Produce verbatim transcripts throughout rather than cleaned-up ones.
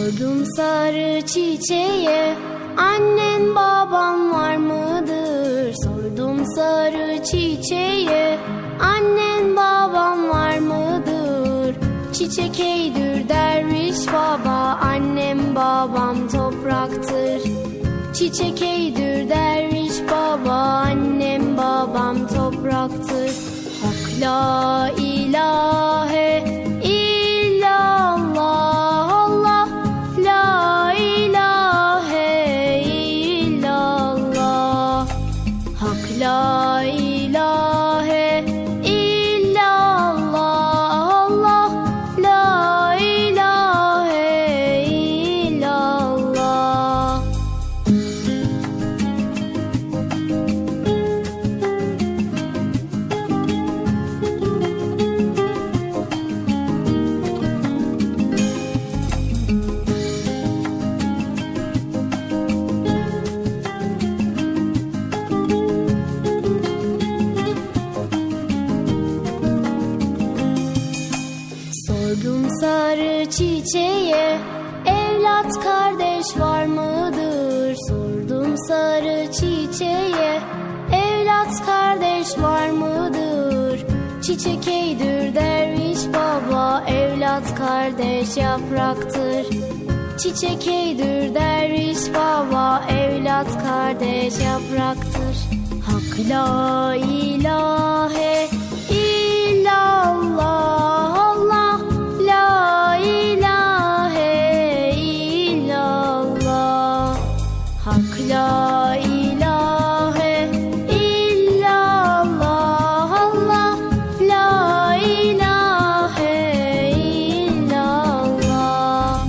Sordum sarı çiçeğe, annen baban var mıdır? Sordum sarı çiçeğe, annen baban var mıdır? Çiçek eydür derviş baba, annem babam topraktır. Çiçek eydür derviş baba, annem babam topraktır. Hak la ilahe illallah, Allah la ilahe illallah. Hak la ilahe illallah, Allah la ilahe illallah. Sarı çiçeğe, evlat kardeş var mıdır? Sordum sarı çiçeğe, evlat kardeş var mıdır? Çiçek eydür derviş baba, evlat kardeş yapraktır. Çiçek eydür derviş baba, evlat kardeş yapraktır. Hak la ilahe illallah, Allah la ilahe illallah. Hak la ilahe illallah, Allah la ilahe illallah.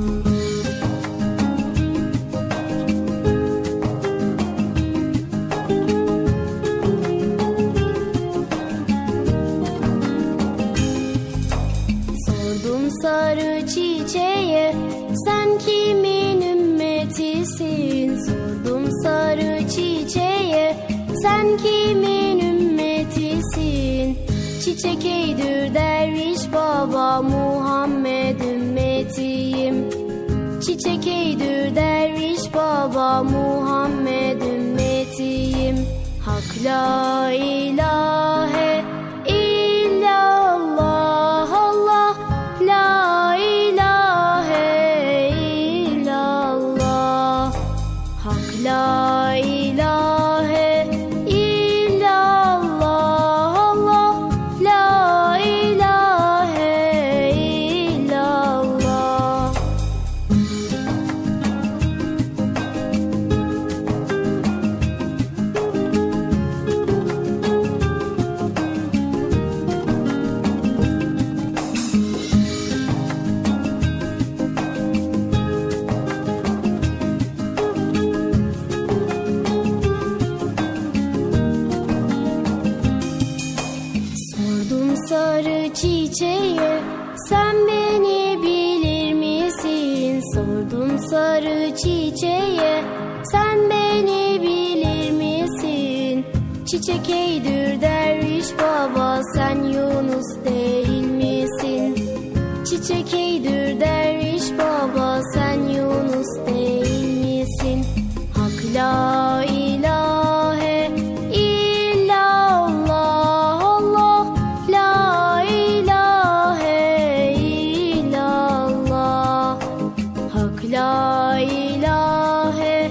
Sordum sarı çiçeğe, sen kimin ümmetisin? Sordum sarı çiçeğe, sen kimin ümmetisin? Çiçek eydür derviş baba, Muhammed ümmetiyim. Çiçek eydür derviş baba, Muhammed ümmetiyim. Hak la ilahe illallah, Allah la ilahe illallah. Hak la ilahe illallah, Allah la ilahe illallah. Sordum sarı çiçeğe, sen beni bilir misin? Sordum sarı çiçeğe, sen beni bilir misin? Çiçek eydür derviş baba, sen Yunus değil misin? Çiçek eydür derviş baba, sen Yunus değil misin? Hak la ilahe illallah, Allah la ilahe illallah. Hak la ilahe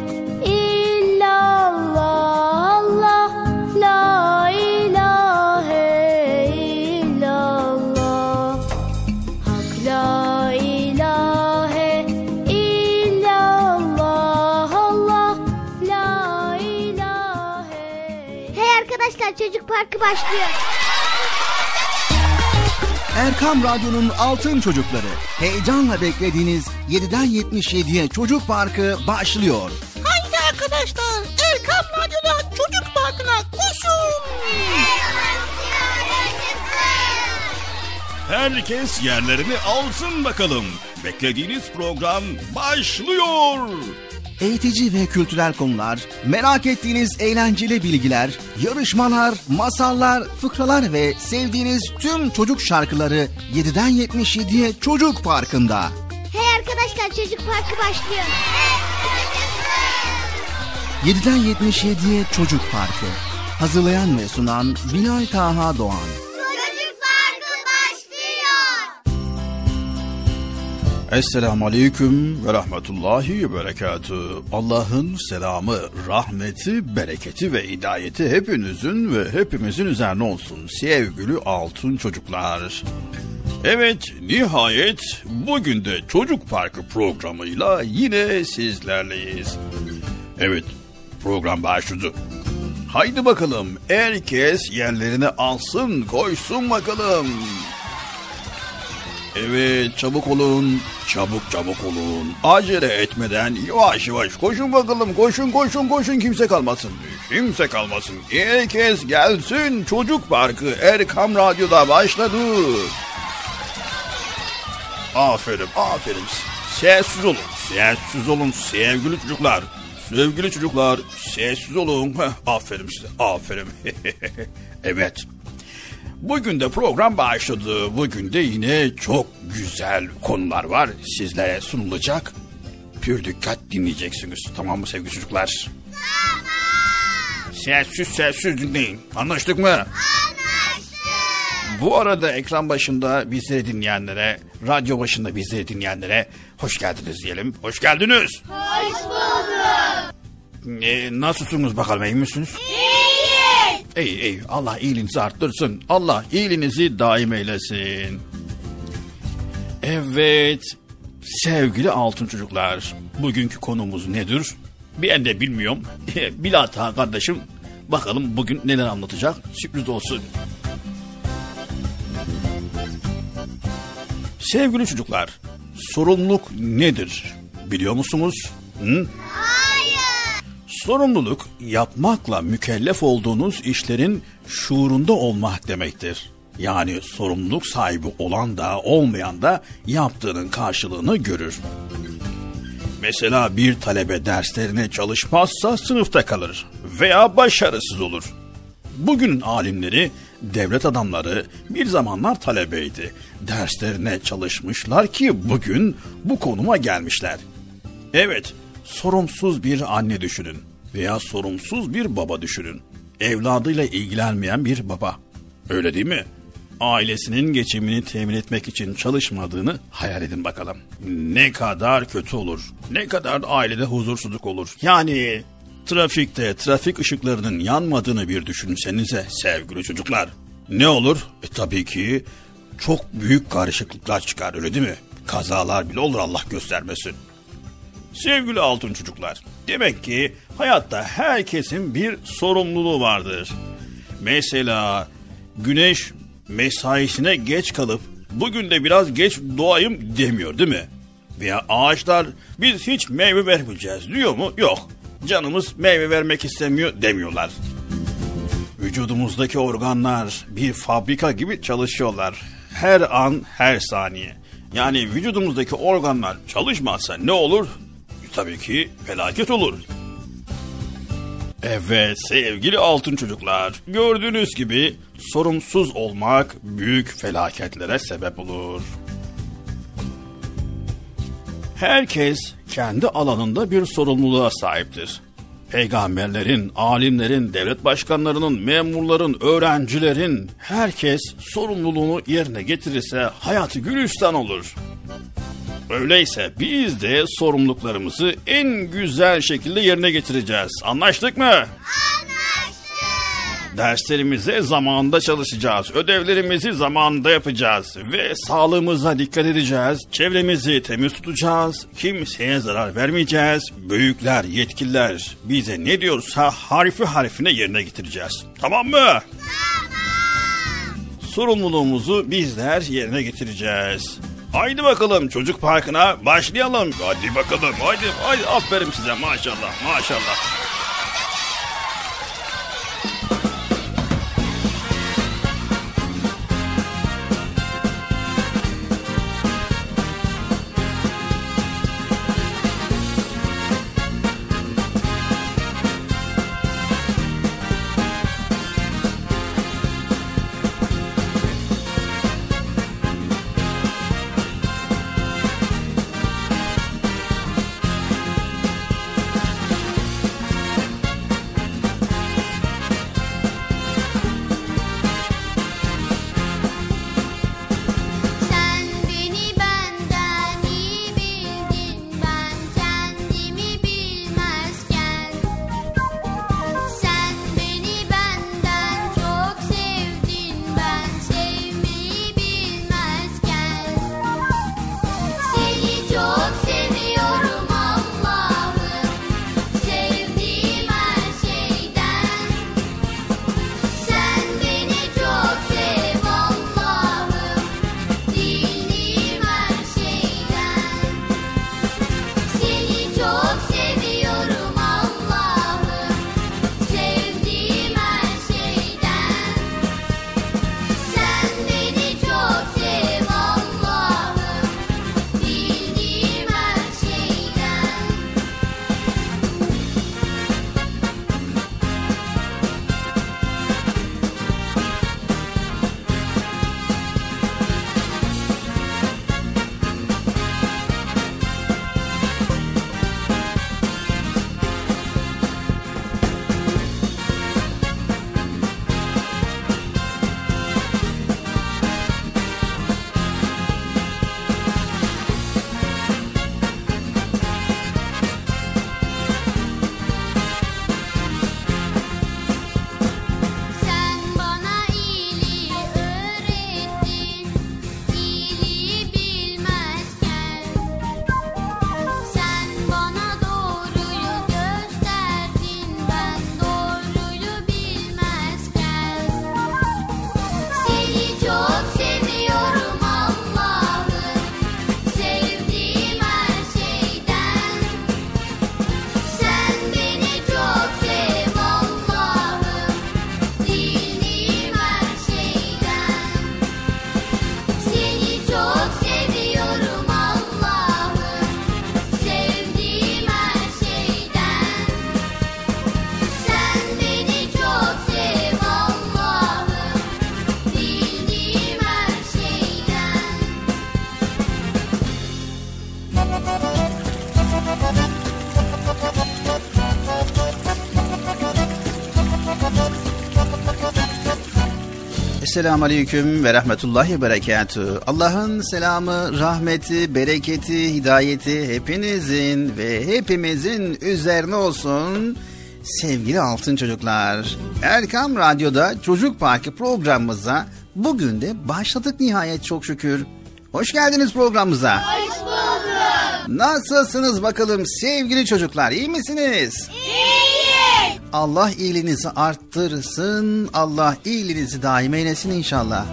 illallah, Allah la ilahe illallah. Hak la ilahe illallah, Allah la ilahe. Hey arkadaşlar, Çocuk Parkı başlıyor. Erkam Radyo'nun Altın Çocukları. Heyecanla beklediğiniz yediden yetmiş yediye Çocuk Parkı başlıyor. Haydi arkadaşlar, Erkam Radyo'da Çocuk Parkı'na koşun. Herkes yerlerini alsın bakalım. Beklediğiniz program başlıyor. Eğitici ve kültürel konular, merak ettiğiniz eğlenceli bilgiler, yarışmalar, masallar, fıkralar ve sevdiğiniz tüm çocuk şarkıları yediden yetmiş yediye Çocuk Parkı'nda. Hey Arkadaşlar Çocuk Parkı başlıyor. yediden yetmiş yediye Çocuk Parkı. Hazırlayan ve sunan Bilal Taha Doğan. Çocuk Parkı başlıyor. Esselamu Aleyküm ve Rahmetullahi ve Berekatühü. Allah'ın selamı, rahmeti, bereketi ve hidayeti hepinizin ve hepimizin üzerine olsun sevgili altın çocuklar. Evet, nihayet bugün de Çocuk Parkı programıyla yine sizlerleyiz. Evet, program başladı. Haydi bakalım, herkes yerlerini alsın, koysun bakalım. Evet, çabuk olun, çabuk çabuk olun. Acele etmeden yavaş yavaş koşun bakalım, koşun koşun koşun, kimse kalmasın. Kimse kalmasın, herkes gelsin. Çocuk Parkı Erkam Radyo'da başladı. Aferin, aferin. Sessiz olun, sessiz olun sevgili çocuklar. Sevgili çocuklar, sessiz olun. Heh, aferin size, aferin. Evet. Bugün de program başladı. Bugün de yine çok güzel konular var. Sizlere sunulacak. Pür dikkat dinleyeceksiniz. Tamam mı sevgili çocuklar? Tamam. Sessiz sessiz dinleyin. Anlaştık mı? Anlaştık. Bu arada ekran başında bizleri dinleyenlere, radyo başında bizleri dinleyenlere hoş geldiniz diyelim. Hoş geldiniz. Hoş bulduk. Ee, nasılsınız bakalım, iyi misiniz? İyiyiz. İyi iyi. Allah iyiliğinizi arttırsın. Allah iyiliğinizi daim eylesin. Evet. Sevgili altın çocuklar, bugünkü konumuz nedir? Ben de bilmiyorum. Bilata kardeşim bakalım bugün neler anlatacak. Sürpriz olsun. Sevgili çocuklar, sorumluluk nedir? Biliyor musunuz? Hı? Hayır. Sorumluluk, yapmakla mükellef olduğunuz işlerin şuurunda olmak demektir. Yani sorumluluk sahibi olan da olmayan da yaptığının karşılığını görür. Mesela bir talebe derslerine çalışmazsa sınıfta kalır veya başarısız olur. Bugünün alimleri, devlet adamları bir zamanlar talebeydi. Derslerine çalışmışlar ki bugün bu konuma gelmişler. Evet, sorumsuz bir anne düşünün veya sorumsuz bir baba düşünün. Evladıyla ilgilenmeyen bir baba. Öyle değil mi? Ailesinin geçimini temin etmek için çalışmadığını hayal edin bakalım. Ne kadar kötü olur. Ne kadar ailede huzursuzluk olur. Yani trafikte trafik ışıklarının yanmadığını bir düşünsenize sevgili çocuklar. Ne olur? E tabii ki çok büyük karışıklıklar çıkar, öyle değil mi? Kazalar bile olur, Allah göstermesin. Sevgili altın çocuklar, demek ki hayatta herkesin bir sorumluluğu vardır. Mesela güneş mesaisine geç kalıp bugün de biraz geç doğayım demiyor değil mi? Veya ağaçlar biz hiç meyve vermeyeceğiz diyor mu? Yok. Canımız meyve vermek istemiyor demiyorlar. Vücudumuzdaki organlar bir fabrika gibi çalışıyorlar. Her an, her saniye. Yani vücudumuzdaki organlar çalışmazsa ne olur? Tabii ki felaket olur. Evet sevgili altın çocuklar, gördüğünüz gibi sorumsuz olmak büyük felaketlere sebep olur. Herkes kendi alanında bir sorumluluğa sahiptir. Peygamberlerin, alimlerin, devlet başkanlarının, memurların, öğrencilerin, herkes sorumluluğunu yerine getirirse hayatı gülistan olur. Öyleyse biz de sorumluluklarımızı en güzel şekilde yerine getireceğiz. Anlaştık mı? Anlaştık. Derslerimize zamanında çalışacağız. Ödevlerimizi zamanında yapacağız. Ve sağlığımıza dikkat edeceğiz. Çevremizi temiz tutacağız. Kimseye zarar vermeyeceğiz. Büyükler, yetkililer bize ne diyorsa harfi harfine yerine getireceğiz. Tamam mı? Tamam. Sorumluluğumuzu bizler yerine getireceğiz. Haydi bakalım Çocuk Parkı'na başlayalım. Hadi bakalım, haydi, haydi, aferin size, maşallah, maşallah. Esselamu Aleyküm ve Rahmetullahi ve Berekatühü. Allah'ın selamı, rahmeti, bereketi, hidayeti hepinizin ve hepimizin üzerine olsun. Sevgili altın çocuklar, Erkam Radyo'da Çocuk Parkı programımıza bugün de başladık nihayet çok şükür. Hoş geldiniz programımıza. Hoş bulduk. Nasılsınız bakalım sevgili çocuklar, iyi misiniz? İyiyiz. Allah iyiliğinizi arttırsın, Allah iyiliğinizi daim eylesin inşallah.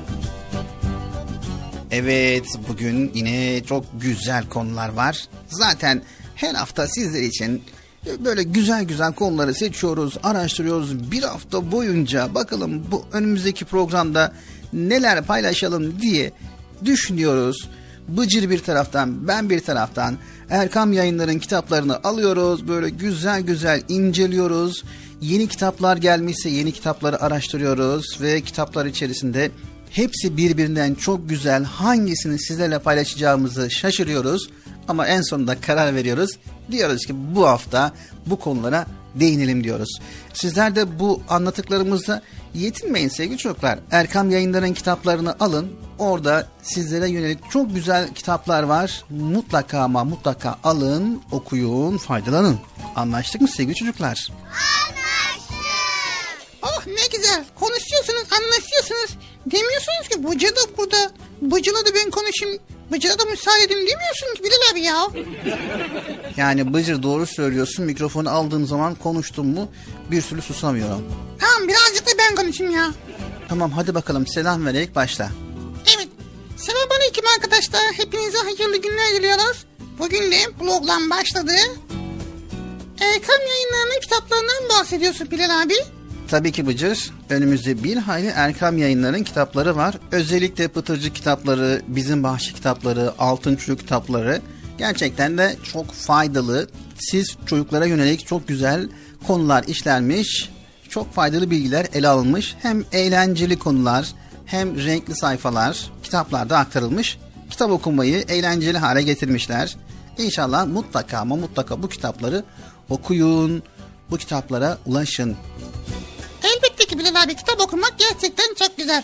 Evet, bugün yine çok güzel konular var. Zaten her hafta sizler için böyle güzel güzel konuları seçiyoruz, araştırıyoruz. Bir hafta boyunca bakalım bu önümüzdeki programda neler paylaşalım diye düşünüyoruz. Bıcır bir taraftan, ben bir taraftan Erkam Yayınları'nın kitaplarını alıyoruz. Böyle güzel güzel inceliyoruz. Yeni kitaplar gelmişse yeni kitapları araştırıyoruz. Ve kitaplar içerisinde hepsi birbirinden çok güzel. Hangisini sizlerle paylaşacağımızı şaşırıyoruz. Ama en sonunda karar veriyoruz. Diyoruz ki bu hafta bu konulara değinelim diyoruz. Sizler de bu anlattıklarımızla yetinmeyin sevgili çocuklar. Erkam Yayınları'nın kitaplarını alın. Orada sizlere yönelik çok güzel kitaplar var. Mutlaka ama mutlaka alın, okuyun, faydalanın. Anlaştık mı sevgili çocuklar? Anlaştık. Oh ne güzel. Konuşuyorsunuz, anlaşıyorsunuz. Demiyorsunuz ki Bıcı da burada. Bıcı'la da ben konuşayım. Bıcı'la da müsaade edeyim demiyorsun ki Bilal abi ya. Yani Bıcır doğru söylüyorsun. Mikrofonu aldığım zaman konuştum mu bir türlü susamıyorum. Tamam birazcık da ben konuşayım ya. Tamam hadi bakalım selam vererek başla. Evet. Selamünaleyküm arkadaşlar. Hepinize hayırlı günler diliyoruz. Bugün de bloglan başladı. Erkam Yayınları'nın kitaplarından bahsediyorsun Bilal abi. Tabii ki Bıcır. Önümüzde bir hayli Erkam Yayınları'nın kitapları var. Özellikle Pıtırcık kitapları, Bizim Bahçe kitapları, Altın Çocuk kitapları gerçekten de çok faydalı. Siz çocuklara yönelik çok güzel konular işlenmiş. Çok faydalı bilgiler ele alınmış. Hem eğlenceli konular hem renkli sayfalar kitaplarda aktarılmış. Kitap okumayı eğlenceli hale getirmişler. İnşallah mutlaka ama mutlaka bu kitapları okuyun. Bu kitaplara ulaşın. Elbette ki Bilal abi kitap okumak gerçekten çok güzel.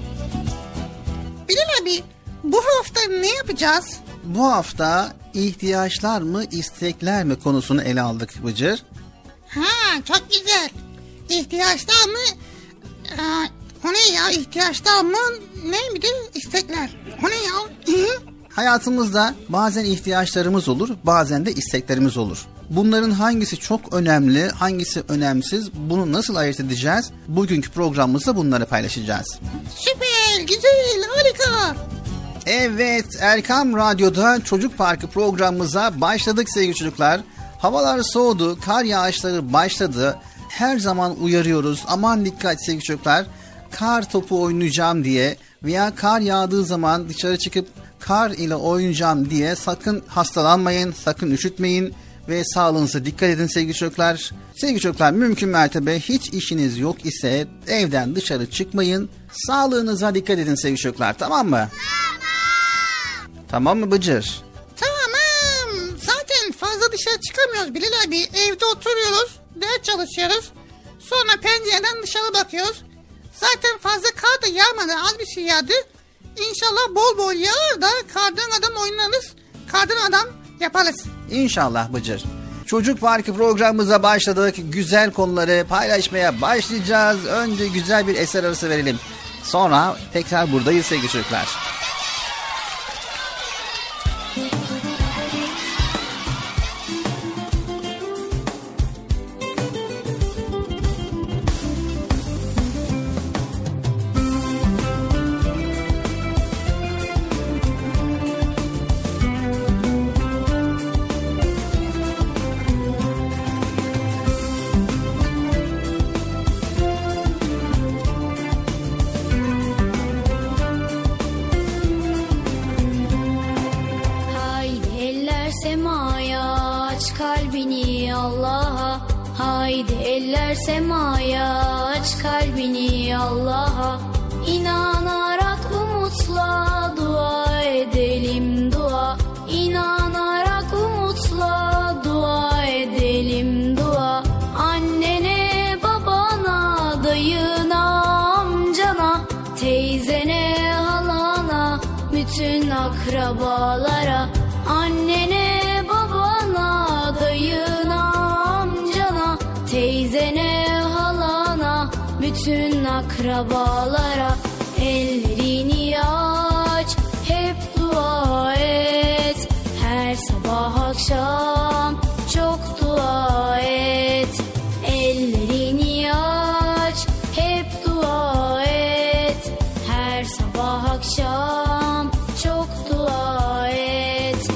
Bilal abi bu hafta ne yapacağız? Bu hafta ihtiyaçlar mı istekler mi konusunu ele aldık Bıcır. Ha çok güzel. İhtiyaçlar mı? Ee, o ne ya ihtiyaçlar mı? Ne bir de istekler. O ne ya? Hayatımızda bazen ihtiyaçlarımız olur, bazen de isteklerimiz olur. Bunların hangisi çok önemli, hangisi önemsiz, bunu nasıl ayırt edeceğiz? Bugünkü programımızda bunları paylaşacağız. Süper, güzel, harika. Evet, Erkam Radyo'da Çocuk Parkı programımıza başladık sevgili çocuklar. Havalar soğudu, kar yağışları başladı. Her zaman uyarıyoruz, aman dikkat sevgili çocuklar. Kar topu oynayacağım diye veya kar yağdığı zaman dışarı çıkıp kar ile oynayacağım diye sakın hastalanmayın, sakın üşütmeyin. Ve sağlığınıza dikkat edin sevgili çocuklar. Sevgili çocuklar mümkün mertebe hiç işiniz yok ise evden dışarı çıkmayın. Sağlığınıza dikkat edin sevgili çocuklar, tamam mı? Tamam. Tamam mı Bıcır? Tamam. Zaten fazla dışarı çıkamıyoruz Bilal abi. Evde oturuyoruz, ders çalışıyoruz. Sonra pencereden dışarı bakıyoruz. Zaten fazla kar da yağmadı, az bir şey yağdı. İnşallah bol bol yağar da kardan adam oynarız. Kardan adam yaparız. İnşallah Bıcır. Çocuk Parkı programımıza başladık. Güzel konuları paylaşmaya başlayacağız. Önce güzel bir eser arası verelim. Sonra tekrar buradayız sevgili çocuklar. Haydi eller semaya, aç kalbini Allah'a. İnanarak umutla dua edelim dua. İnanarak umutla dua edelim dua. Annene, babana, dayına, amcana, teyzene. bütün akrabalara. Ellerini aç, hep dua et, her sabah akşam çok dua et. Ellerini aç, hep dua et, her sabah akşam çok dua et.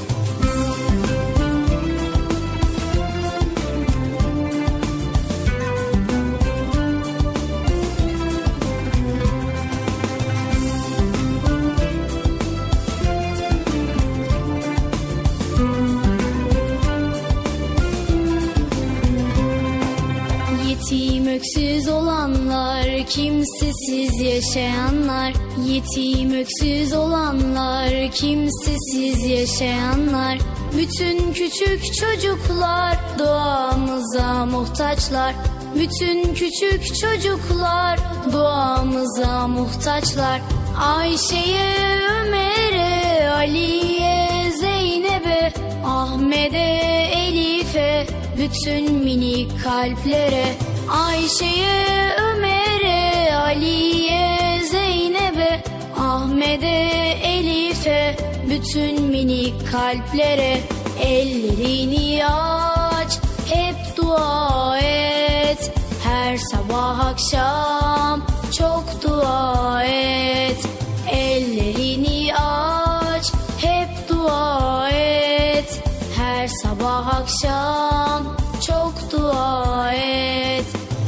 Yetim öksüz olanlar, kimsesiz yaşayanlar. Yetim öksüz olanlar, kimsesiz yaşayanlar. Bütün küçük çocuklar duamıza muhtaçlar. Bütün küçük çocuklar duamıza muhtaçlar. Ayşe'ye, Ömer'e, Ali'ye, Zeynep'e, Ahmet'e, Elif'e, bütün minik kalplere. Ayşe'ye, Ömer'e, Ali'ye, Zeynep'e, Ahmet'e, Elif'e, bütün minik kalplere. Ellerini aç, hep dua et, her sabah akşam çok dua et. Ellerini aç, hep dua et, her sabah akşam çok dua et.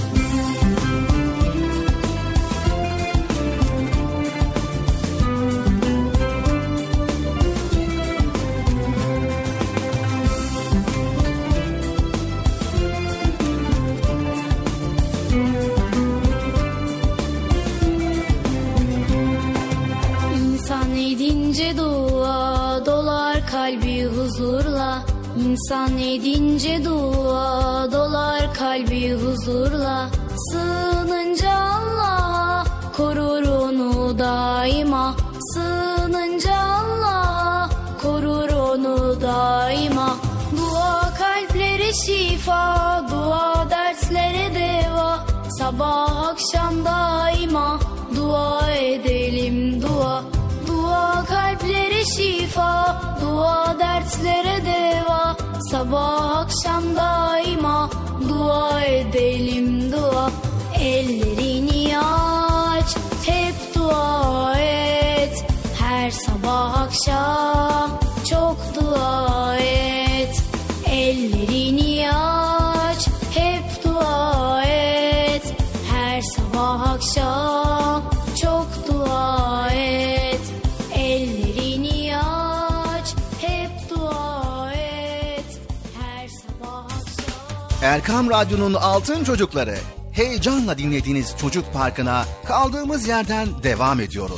İnsan edince dua dolar kalbi huzurla. İnsan edince dua dolar kalbi huzurla. Sığınınca Allah'a korur onu daima. Sığınınca Allah'a korur onu daima. Dua kalplere şifa, dua dertlere deva. Sabah akşam daima dua edelim dua. Dua kalplere şifa, dua dertlere deva. Sabah akşam daima dua edelim dua. Ellerini aç, hep dua et, her sabah akşam çok dua et. Ellerini aç, hep dua et, her sabah akşam çok dua et. Ellerini aç, hep dua et, her sabah akşam. Erkam Radyo'nun Altın Çocukları. Heyecanla dinlediğiniz Çocuk Parkı'na kaldığımız yerden devam ediyoruz.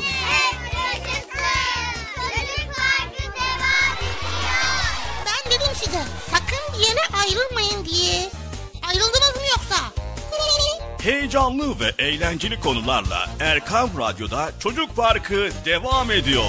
Ben dedim size sakın bir yere ayrılmayın diye. Ayrıldınız mı yoksa? Heyecanlı ve eğlenceli konularla Erkam Radyo'da Çocuk Parkı devam ediyor.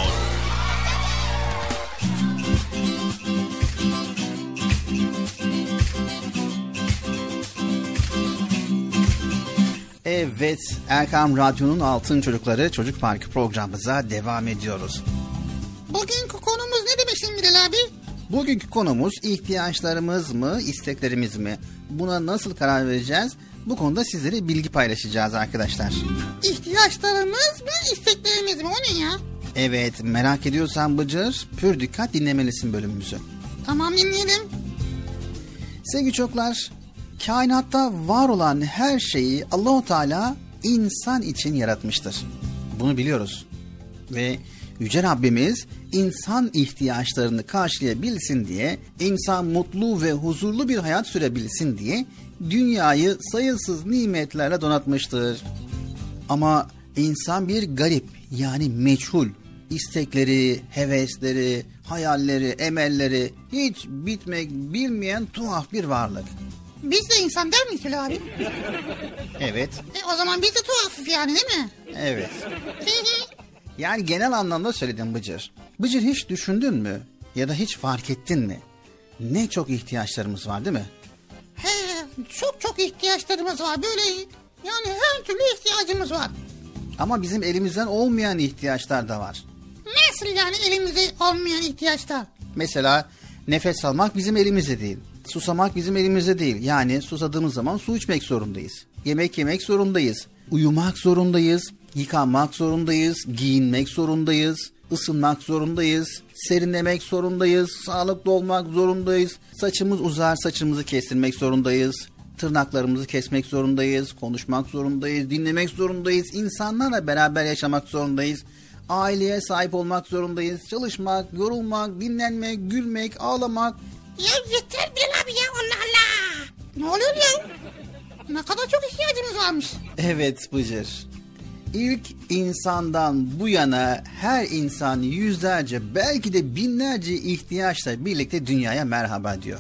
Evet, Erkam Radyo'nun Altın Çocukları Çocuk Parkı programımıza devam ediyoruz. Bugünkü konumuz ne demiştin Bilal abi? Bugünkü konumuz ihtiyaçlarımız mı, isteklerimiz mi? Buna nasıl karar vereceğiz? Bu konuda sizlere bilgi paylaşacağız arkadaşlar. İhtiyaçlarımız mı, isteklerimiz mi? O ne ya? Evet, merak ediyorsan Bıcır, pür dikkat dinlemelisin bölümümüzü. Tamam, dinleyelim. Sevgili çocuklar, kainatta var olan her şeyi Allah-u Teala insan için yaratmıştır. Bunu biliyoruz. Ve Yüce Rabbimiz insan ihtiyaçlarını karşılayabilsin diye, insan mutlu ve huzurlu bir hayat sürebilsin diye dünyayı sayısız nimetlerle donatmıştır. Ama insan bir garip, yani meçhul, istekleri, hevesleri, hayalleri, emelleri hiç bitmek bilmeyen tuhaf bir varlık. Biz de insan der miyiz Bilal abi? Evet. E, o zaman biz de tuhafız yani, değil mi? Evet. Yani genel anlamda söyledim Bıcır. Bıcır, hiç düşündün mü ya da hiç fark ettin mi? Ne çok ihtiyaçlarımız var, değil mi? He, çok çok ihtiyaçlarımız var. Böyle Yani her türlü ihtiyacımız var. Ama bizim elimizden olmayan ihtiyaçlar da var. Nasıl yani elimizde olmayan ihtiyaçlar? Mesela nefes almak bizim elimizde değil. Susamak bizim elimizde değil. Yani susadığımız zaman su içmek zorundayız. Yemek yemek zorundayız. Uyumak zorundayız. Yıkanmak zorundayız. Giyinmek zorundayız. Isınmak zorundayız. Serinlemek zorundayız. Sağlıklı olmak zorundayız. Saçımız uzar, saçımızı kestirmek zorundayız. Tırnaklarımızı kesmek zorundayız. Konuşmak zorundayız. Dinlemek zorundayız. İnsanlarla beraber yaşamak zorundayız. Aileye sahip olmak zorundayız. Çalışmak, yorulmak, dinlenmek, gülmek, ağlamak. Ya yeter Bilal abi ya, Allah Allah. Ne oluyor ya? Ne kadar çok ihtiyacımız varmış. Evet Bıcır. İlk insandan bu yana her insan yüzlerce belki de binlerce ihtiyaçla birlikte dünyaya merhaba diyor.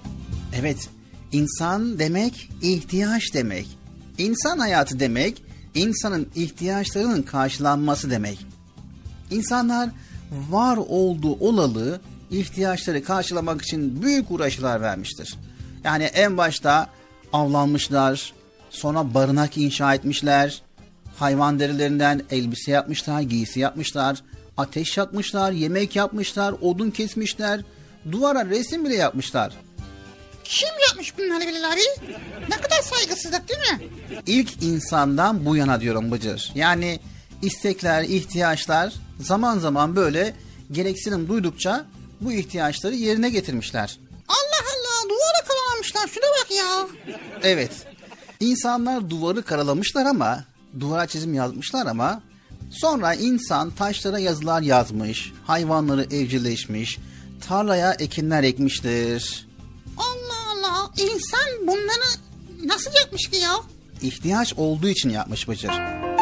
Evet, insan demek ihtiyaç demek. İnsan hayatı demek insanın ihtiyaçlarının karşılanması demek. İnsanlar var olduğu olalı ihtiyaçları karşılamak için büyük uğraşlar vermiştir. Yani en başta avlanmışlar, sonra barınak inşa etmişler, hayvan derilerinden elbise yapmışlar, giysi yapmışlar, ateş yakmışlar, yemek yapmışlar, odun kesmişler, duvara resim bile yapmışlar. Kim yapmış bunları Bilal abi? Ne kadar saygısızlık değil mi? İlk insandan bu yana diyorum Bıcır. Yani istekler, ihtiyaçlar zaman zaman böyle gereksinim duydukça bu ihtiyaçları yerine getirmişler. Allah Allah, duvara karalamışlar, şuna bak ya. Evet, insanlar duvarı karalamışlar ama, duvara çizim yazmışlar ama sonra insan taşlara yazılar yazmış, hayvanları evcilleşmiş, tarlaya ekinler ekmiştir. Allah Allah, insan bunları nasıl yapmış ki ya? İhtiyaç olduğu için yapmış Bıcır.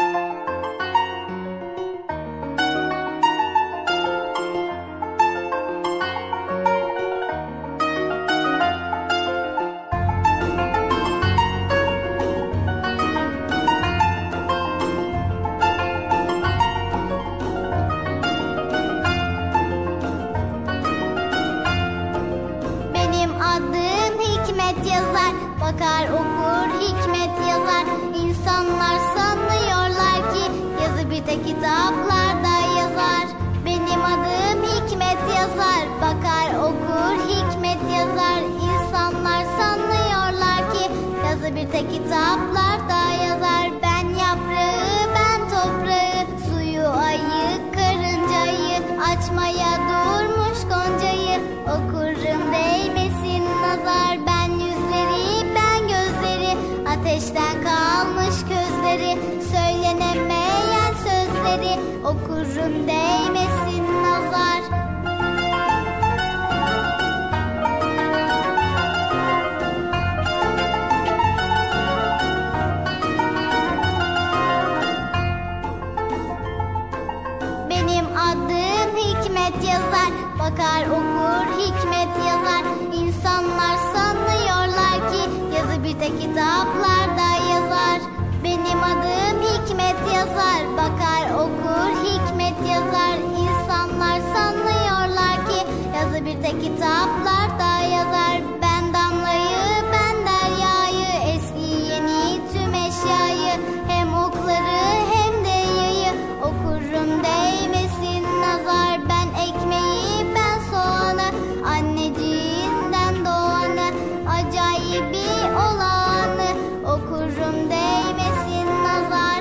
Bakar okur hikmet yazar. İnsanlar sanıyorlar ki yazı bir tek kitaplarda yazar. Benim adım Hikmet yazar. Bakar okur hikmet yazar. İnsanlar sanıyorlar ki yazı bir tek kitaplarda yazar. Ben yaprağı, ben toprağı, suyu, ayı, karıncayı, açmaya durmuş goncayı okurum değmesin nazar. Ben yüzleri, ben gözleri, ateşten kalmış gözleri, söylenemeyen sözleri okurum değmesin nazar. Benim adım Hikmet yazar. Bakar okur hikmet yazar. İnsanlar sanıyorlar ki yazı bir tek kitaplarda yazar. Benim adım Hikmet yazar. Bakar okur hikmet yazar. İnsanlar sanıyorlar ki yazı bir tek kitaplarda yazar. Ben damlayı, ben deryayı, eski yeni tüm eşyayı, hem okları hem de yayı okurum değmesin nazar. Ben ekmeği, ben soğanı, anneciğinden doğanı, acayibi olanı okurum değmesin nazar.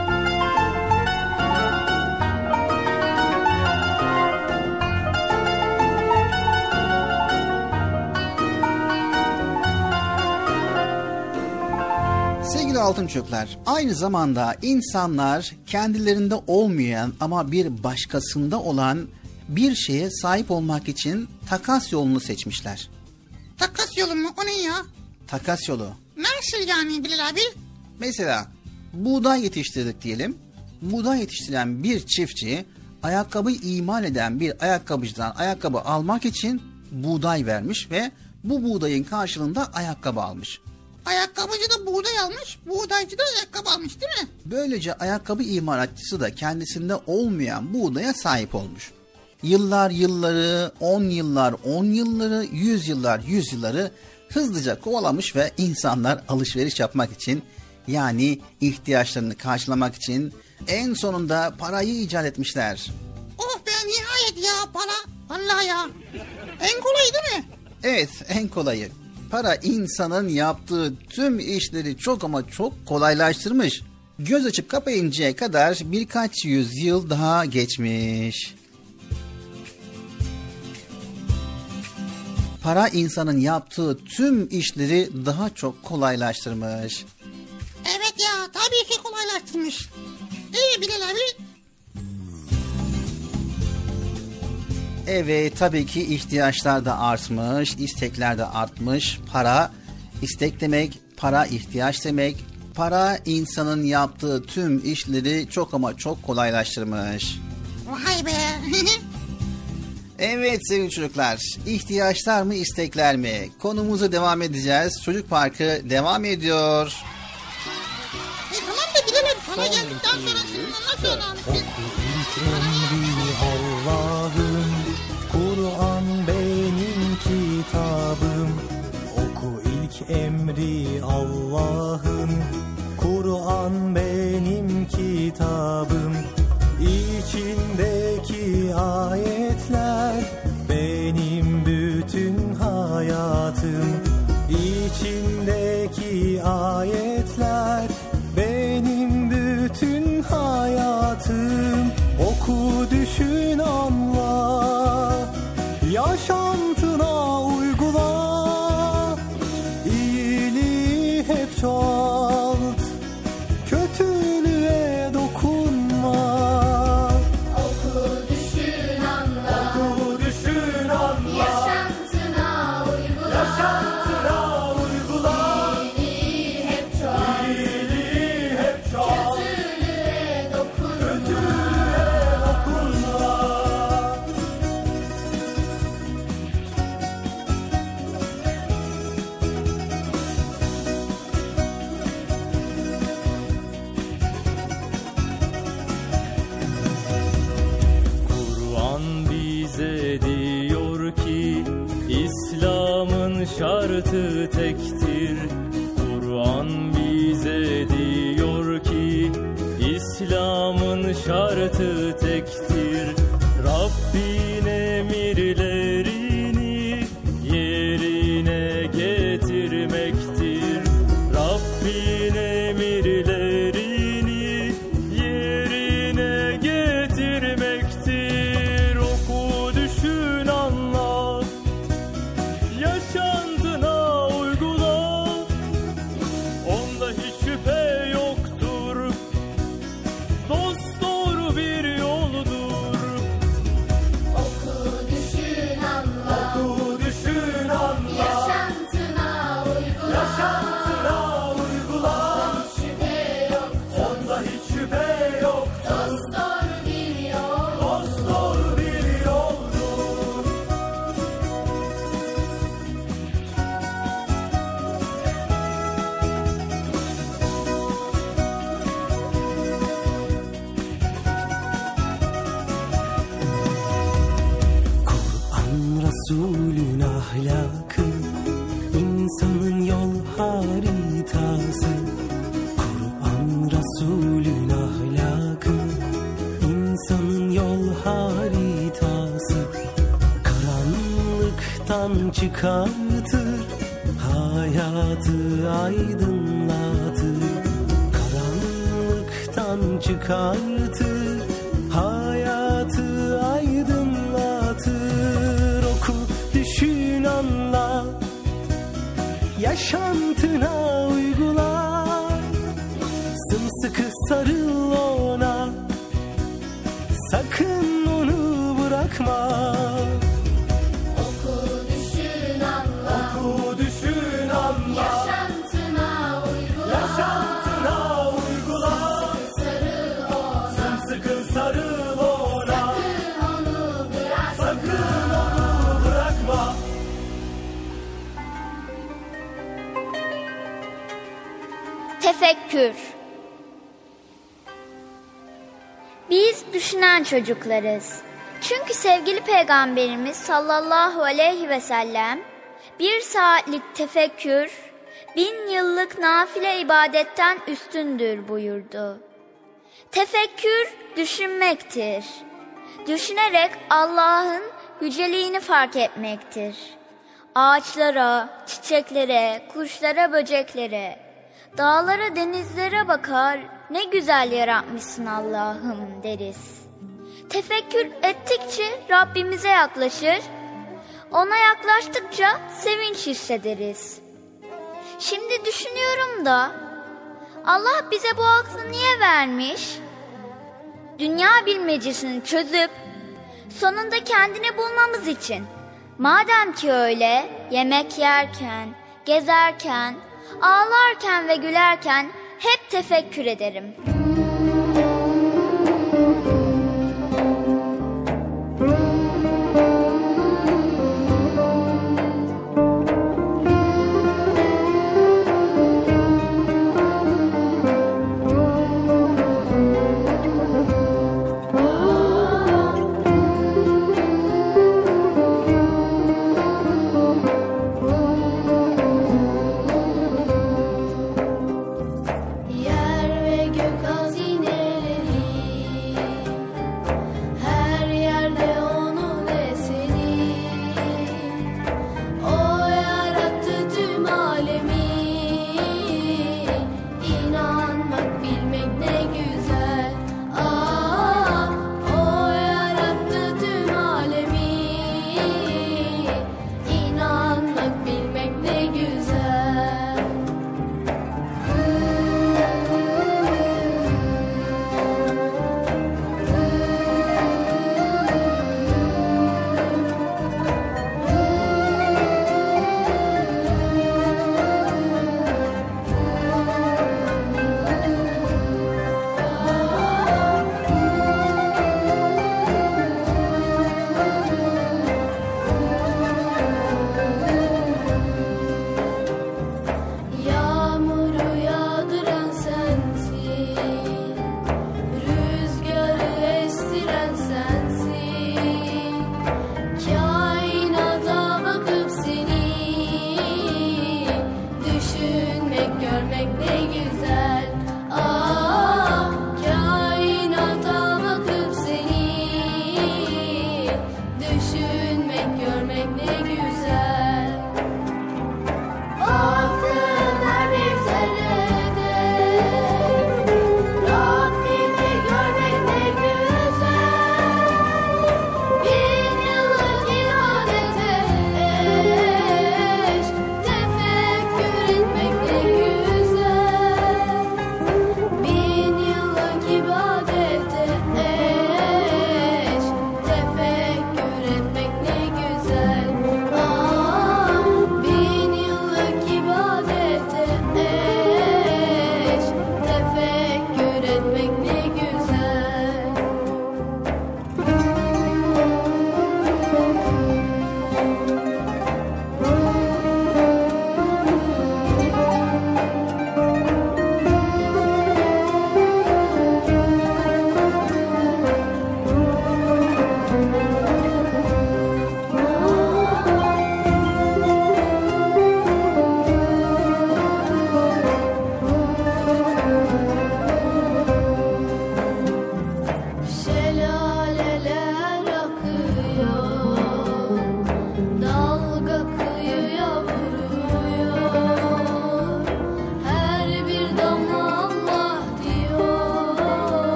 Sevgili altın çocuklar, aynı zamanda insanlar kendilerinde olmayan ama bir başkasında olan bir şeye sahip olmak için takas yolunu seçmişler. Takas yolu mu? O ne ya? Takas yolu. Nasıl yani Bilal abi? Mesela buğday yetiştirdik diyelim. Buğday yetiştiren bir çiftçi ayakkabı imal eden bir ayakkabıcıdan ayakkabı almak için buğday vermiş ve bu buğdayın karşılığında ayakkabı almış. Ayakkabıcı da buğday almış, buğdaycı da ayakkabı almış değil mi? Böylece ayakkabı imalatçısı da kendisinde olmayan buğdaya sahip olmuş. Yıllar yılları, on yıllar on yılları, yüz yıllar yüz yılları hızlıca kovalamış ve insanlar alışveriş yapmak için Yani ihtiyaçlarını karşılamak için en sonunda parayı icat etmişler. Oh be, nihayet ya, para. Vallahi ya. En kolayı değil mi? Evet, en kolayı. Para insanın yaptığı tüm işleri çok ama çok kolaylaştırmış. Göz açıp kapayıncaya kadar birkaç yüzyıl daha geçmiş. Para insanın yaptığı tüm işleri daha çok kolaylaştırmış. Evet ya, tabii ki kolaylaştırmış. İyi Bilal abi. Evet, tabii ki ihtiyaçlar da artmış, istekler de artmış. Para istek demek, para ihtiyaç demek. Para insanın yaptığı tüm işleri çok ama çok kolaylaştırmış. Vay be. Evet sevgili çocuklar, ihtiyaçlar mı istekler mi? Konumuza devam edeceğiz. Çocuk Parkı devam ediyor. E tamam da Bilal abi, sana geldikten sonra nasıl önemli? Oku ilk emri Allah'ım, Kur'an benim kitabım. Oku ilk emri Allah'ım, Kur'an benim kitabım. İçindeki ayetler benim bütün hayatım. İçindeki ayetler benim bütün hayatım. Oku, düşün, anla, yaşantına uygula. İyiliği hep çoğalt, kötülüğe dokunma. Oku, düşün, anla. Oku, düşün, anla, Yaşantına uygula. yaşantına uygula. İyiliği hep çoğalt. İyiliği hep çoğalt, Kötülüğe dokunma. kötülüğe dokunma. Kur'an bize diyor ki İslam'ın şartı tektir. Kur'an bize diyor ki İslam'ın şartı tektir. Rabbin emirlerini yerine getirmektir. Rabbin emirlerini yerine getirmektir. Oku, düşün, anla, yaşantına uygula. Onda hiç şüphe yoktur, dosdoğru bir yoldur. Oku, düşün, anla. Oku, düşün, anla, Yaşantına uygula. yaşantına uygula. Şüphe yok. Onda hiç şüphe yoktur, Doğru bir yol. dosdoğru bir yoldur. Kur'an Resulün ahlakı, insanın yol haritası. Kur'an Resulün ahlakı, insanın yol haritası. Karanlıktan çıkartır, hayatı aydınlatır. Karanlıktan çıkartır, hayatı aydınlatır. Oku, düşün, anla, yaşantına uygula. Sımsıkı sarıl ona, sakın onu bırakma. Oku, düşün, anla. Oku, düşün, anla, Yaşantına uygula. yaşantına uygula. Sarıl ona. Sımsıkı sarıl ona, Onu bırak. sakın onu bırakma. Tefekkür. Biz düşünen çocuklarız. Çünkü sevgili Peygamberimiz sallallahu aleyhi ve sellem bir saatlik tefekkür bin yıllık nafile ibadetten üstündür buyurdu. Tefekkür düşünmektir. Düşünerek Allah'ın yüceliğini fark etmektir. Ağaçlara, çiçeklere, kuşlara, böceklere, dağlara, denizlere bakar, ne güzel yaratmışsın Allah'ım deriz. Tefekkür ettikçe Rabbimize yaklaşır, ona yaklaştıkça sevinç hissederiz. Şimdi düşünüyorum da, Allah bize bu aklı niye vermiş? Dünya bilmecesini çözüp sonunda kendini bulmamız için. Madem ki öyle, yemek yerken, gezerken, ağlarken ve gülerken hep tefekkür ederim. Yer ve gök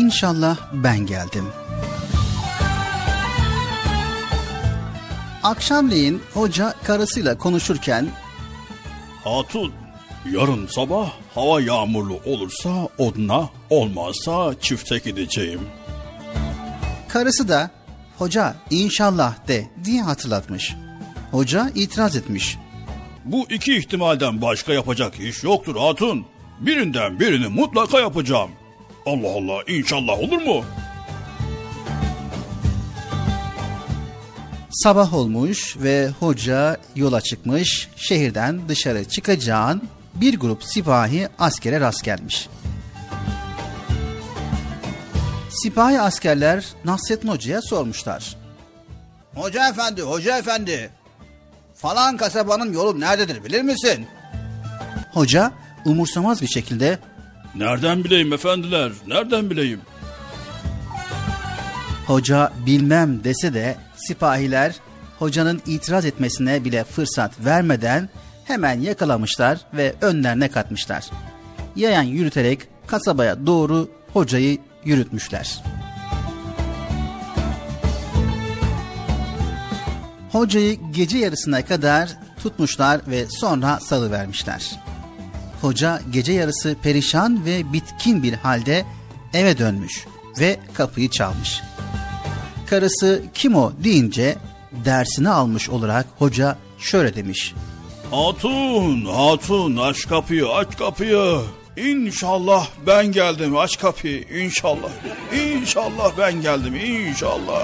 İnşallah ben geldim. Akşamleyin hoca karısıyla konuşurken Hatun, yarın sabah hava yağmurlu olursa oduna, olmazsa çifte gideceğim. karısı da hoca inşallah de diye hatırlatmış. Hoca itiraz etmiş. Bu iki ihtimalden başka yapacak iş yoktur hatun. Birinden birini mutlaka yapacağım. Allah Allah, inşallah olur mu? Sabah olmuş ve hoca yola çıkmış, şehirden dışarı çıkacağın bir grup sipahi askere rast gelmiş. Sipahi askerler Nasrettin Hoca'ya sormuşlar. Hoca efendi, hoca efendi, falan kasabanın yolu nerededir bilir misin? Hoca umursamaz bir şekilde, Nereden bileyim efendiler, nereden bileyim? hoca bilmem dese de sipahiler hocanın itiraz etmesine bile fırsat vermeden hemen yakalamışlar ve önlerine katmışlar. Yayan yürüterek kasabaya doğru hocayı yürütmüşler. Hocayı gece yarısına kadar tutmuşlar ve sonra salıvermişler. Hoca gece yarısı perişan ve bitkin bir halde eve dönmüş ve kapıyı çalmış. Karısı kim o deyince dersini almış olarak hoca şöyle demiş. Hatun, hatun, aç kapıyı, aç kapıyı. İnşallah ben geldim, aç kapıyı, inşallah. İnşallah ben geldim, inşallah.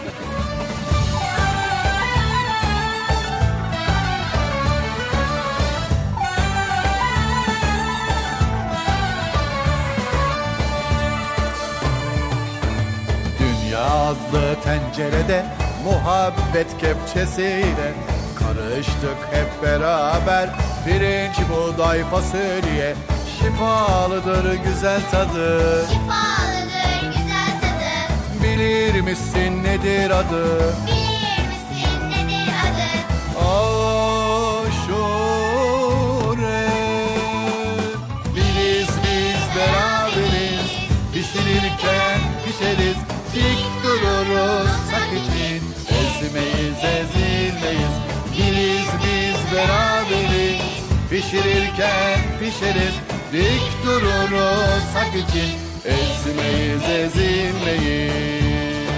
Yağlı tencerede muhabbet kepçesiyle karıştık hep beraber. Pirinç, buğday, fasulye, şifalıdır güzel tadı. Şifalıdır güzel tadı. Bilir misin nedir adı? Bilir misin nedir adı? Aşure. Biriz biz beraberiz, pişirirken pişeriz. Dik dururuz hak için, ezmeyiz ezilmeyiz. Biriz biz beraberiz, pişirirken pişeriz. Dik dururuz hak için, ezmeyiz ezilmeyiz.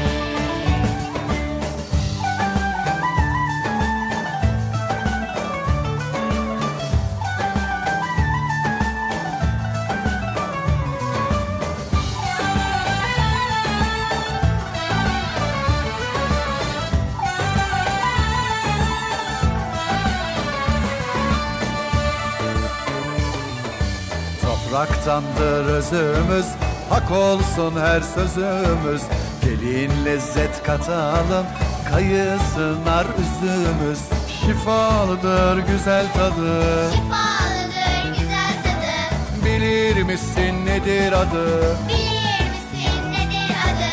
Topraktandır özümüz, hak olsun her sözümüz. Gelin lezzet katalım, kayısı nar üzümüz. Şifalıdır güzel tadı. Şifalıdır güzel tadı. Bilir misin nedir adı? Bilir misin nedir adı?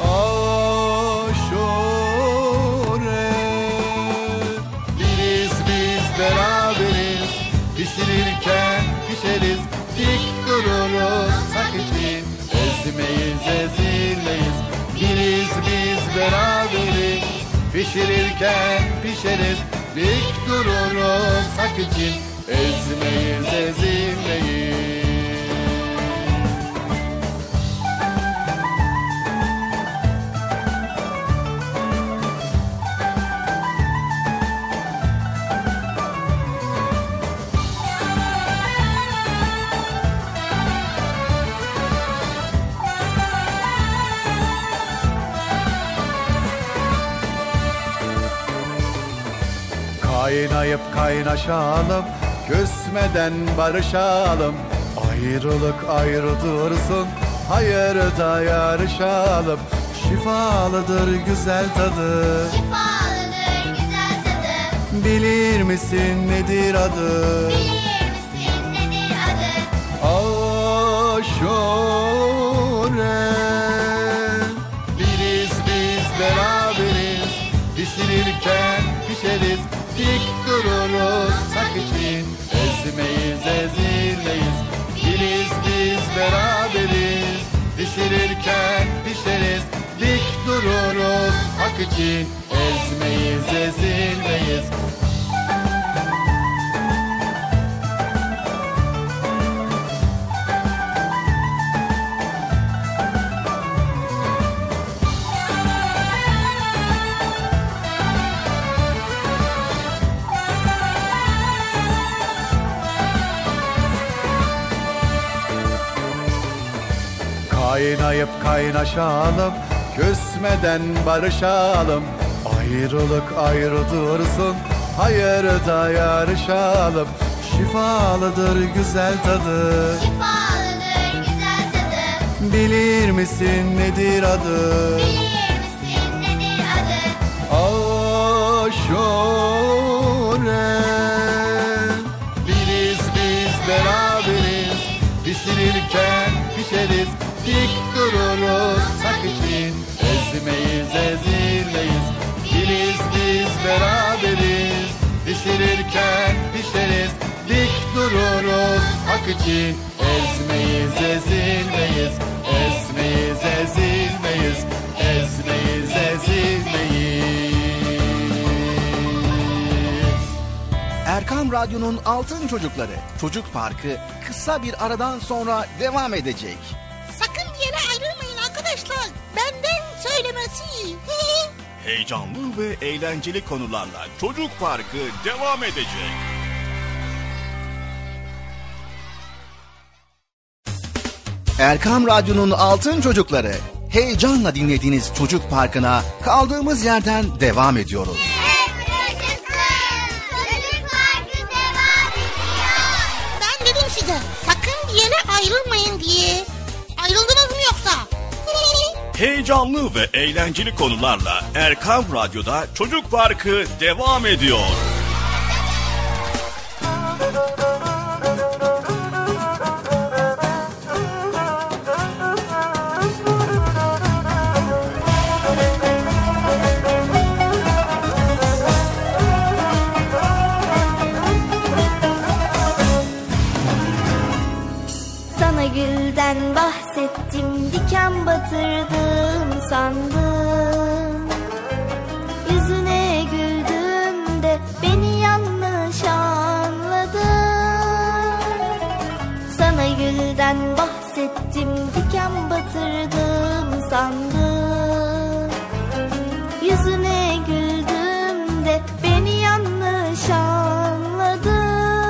Aşure. Biriz biz beraberiz, pişirirken pişeriz. Dik dururuz hak için, ezmeyiz ezilmeyiz. Biriz biz beraberiz, pişirirken pişeriz. Dik dururuz hak için, ezmeyiz ezilmeyiz. Kaynayıp kaynaşalım, küsmeden barışalım. Ayrılık ayrı dursun, hayırda yarışalım. Şifalıdır güzel tadı. Şifalıdır güzel tadı. Bilir misin nedir adı? Bilir misin nedir adı? Aşure. Biriz biz beraberiz, pişirirken pişeriz. Dik dururuz hak için, ezmeyiz ezilmeyiz. Biriz biz beraberiz, pişirirken pişeriz. Dik dururuz hak için, ezmeyiz ezilmeyiz. Kaynayıp kaynaşalım, küsmeden barışalım. Ayrılık ayrı dursun, hayırda yarışalım. Şifalıdır güzel tadı, Şifalıdır güzel tadı. bilir misin nedir adı? Bilir misin nedir adı? Aşure. Biriz biz beraberiz, pişirirken pişeriz. Dik dururuz hak için, ezmeyiz ezilmeyiz. Biriz biz beraberiz, pişirirken pişeriz. Dik dururuz hak için, ezmeyiz ezilmeyiz. Ezmeyiz ezilmeyiz, ezmeyiz ezilmeyiz. Erkam Radyo'nun Altın Çocukları Çocuk Parkı kısa bir aradan sonra devam edecek. Sakın bir yere ayrılmayın arkadaşlar. Benden söylemesi. Heyecanlı ve eğlenceli konularla Çocuk Parkı devam edecek. Erkam Radyo'nun Altın Çocukları, heyecanla dinlediğiniz Çocuk Parkı'na kaldığımız yerden devam ediyoruz. Çocuk Parkı devam ediyor. Ben dedim size sakın bir yere ayrılmayın diye. Ayrıldınız mı yoksa? Heyecanlı ve eğlenceli konularla Erkam Radyo'da Çocuk Parkı devam ediyor. Sana gülden bahsettim, diken batırdım sandım. Yüzüne güldüm de beni yanlış anladın. Sana gülden bahsettim, diken batırdım sandım. Yüzüne güldüm de beni yanlış anladın.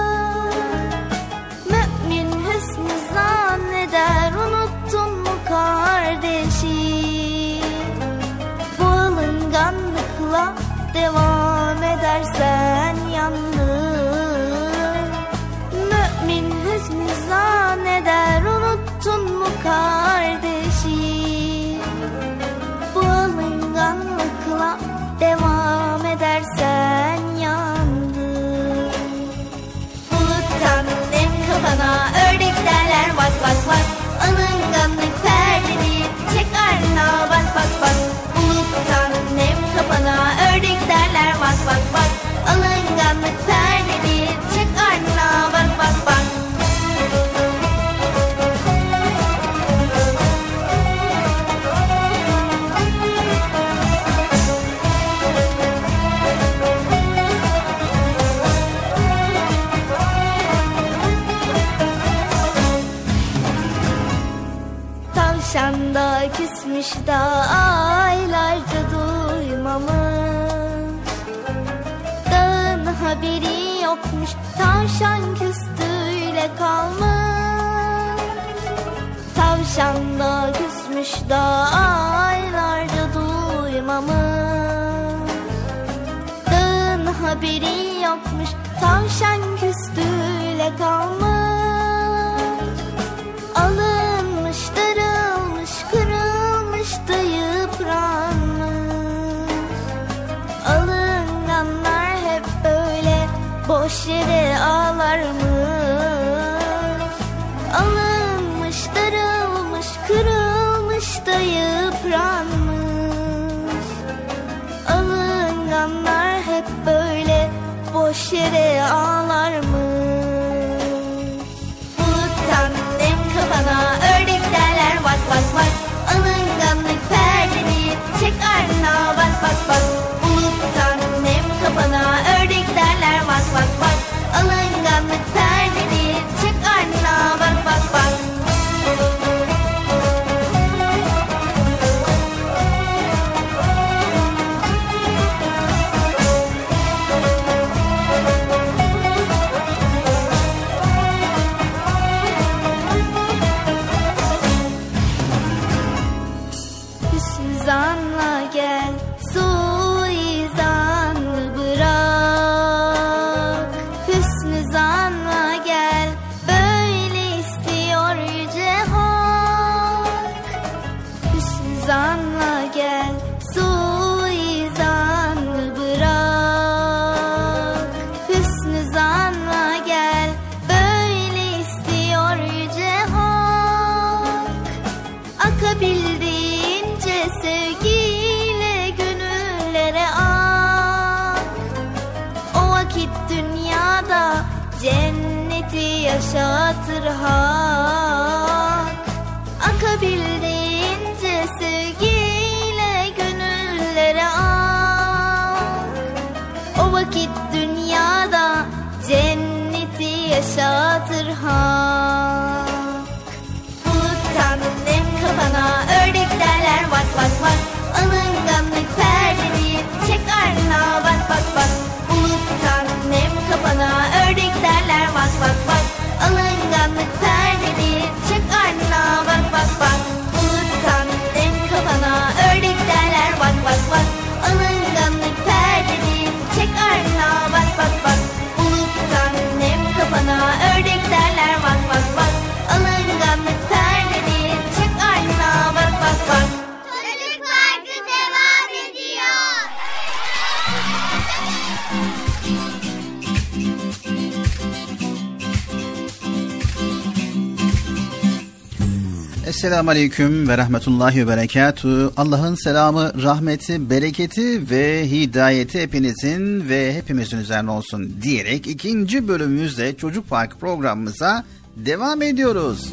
Mümin hüsnü zanneder, unuttun mu kardeşim? Bu alınganlıkla devam edersen yandın. Mümin hüsnü zanneder, unuttun mu kardeşim? Bu alınganlıkla devam edersen yandın. Buluttan nem kafana, ördek derler bak bak bak. Alınganlık perdeni, çek ardına bak bak bak. Buluttan nem kafana, ördek derler bak bak bak. Alınganlık perdeni, çek ardına bak bak bak. Tavşan da küsmüş da aylarca duymamış. Dağın haberi yokmuş, tavşan küstüyle kalmış. Tavşan da küsmüş da aylarca duymamış. Dağın haberi yokmuş, tavşan küstüyle kalmış. Alınmış, darılmış, kırılmış da yıpranmış. Alınganlar hep böyle boş yere ağlarmış. Alınmış, darılmış, kırılmış da yıpranmış. Alınganlar hep böyle boş yere ağlarmış. Buluttan nem kafana, ördek derler bak bak bak. bak. Buluttan nem kapana ördek derler vak vak vak. Alınganlık perdedir, çık ardına bak bak bak. Hüsnü gel, suizanlı bırak. Hüsnü zanla gel, böyle istiyor yüce hak. Hüsnü zanla gel, suizanlı bırak. Hüsnü zanla gel, böyle istiyor yüce hak. Akabildiğince sevgiyle gönüllere ak. O vakit dünyada cenneti yaşatır hak. Akabildiğince sevgiyle gönüllere ak. O vakit dünyada cenneti yaşatır hak. Buluttan nem kafana ördek derler vak vak vak. Alınganlık perdedir, çek ardına bak bak bak. Buluttan nem kafana ördek derler vak vak vak. Alınganlık perdedir, çek ardına bak bak bak. Buluttan nem kafana ördek derler vak vak vak. Alınganlık perdedir, çek ardına bak bak bak. Buluttan nem kafana ördek derler vak vak vak. Alınganlık perdedir, çek ardına bak bak bak. Çocuk Parkı devam ediyor. Esselamu Aleyküm ve Rahmetullahi ve Berekatuhu. Allah'ın selamı, rahmeti, bereketi ve hidayeti hepinizin ve hepimizin üzerine olsun diyerek ikinci bölümümüzde Çocuk Parkı programımıza devam ediyoruz.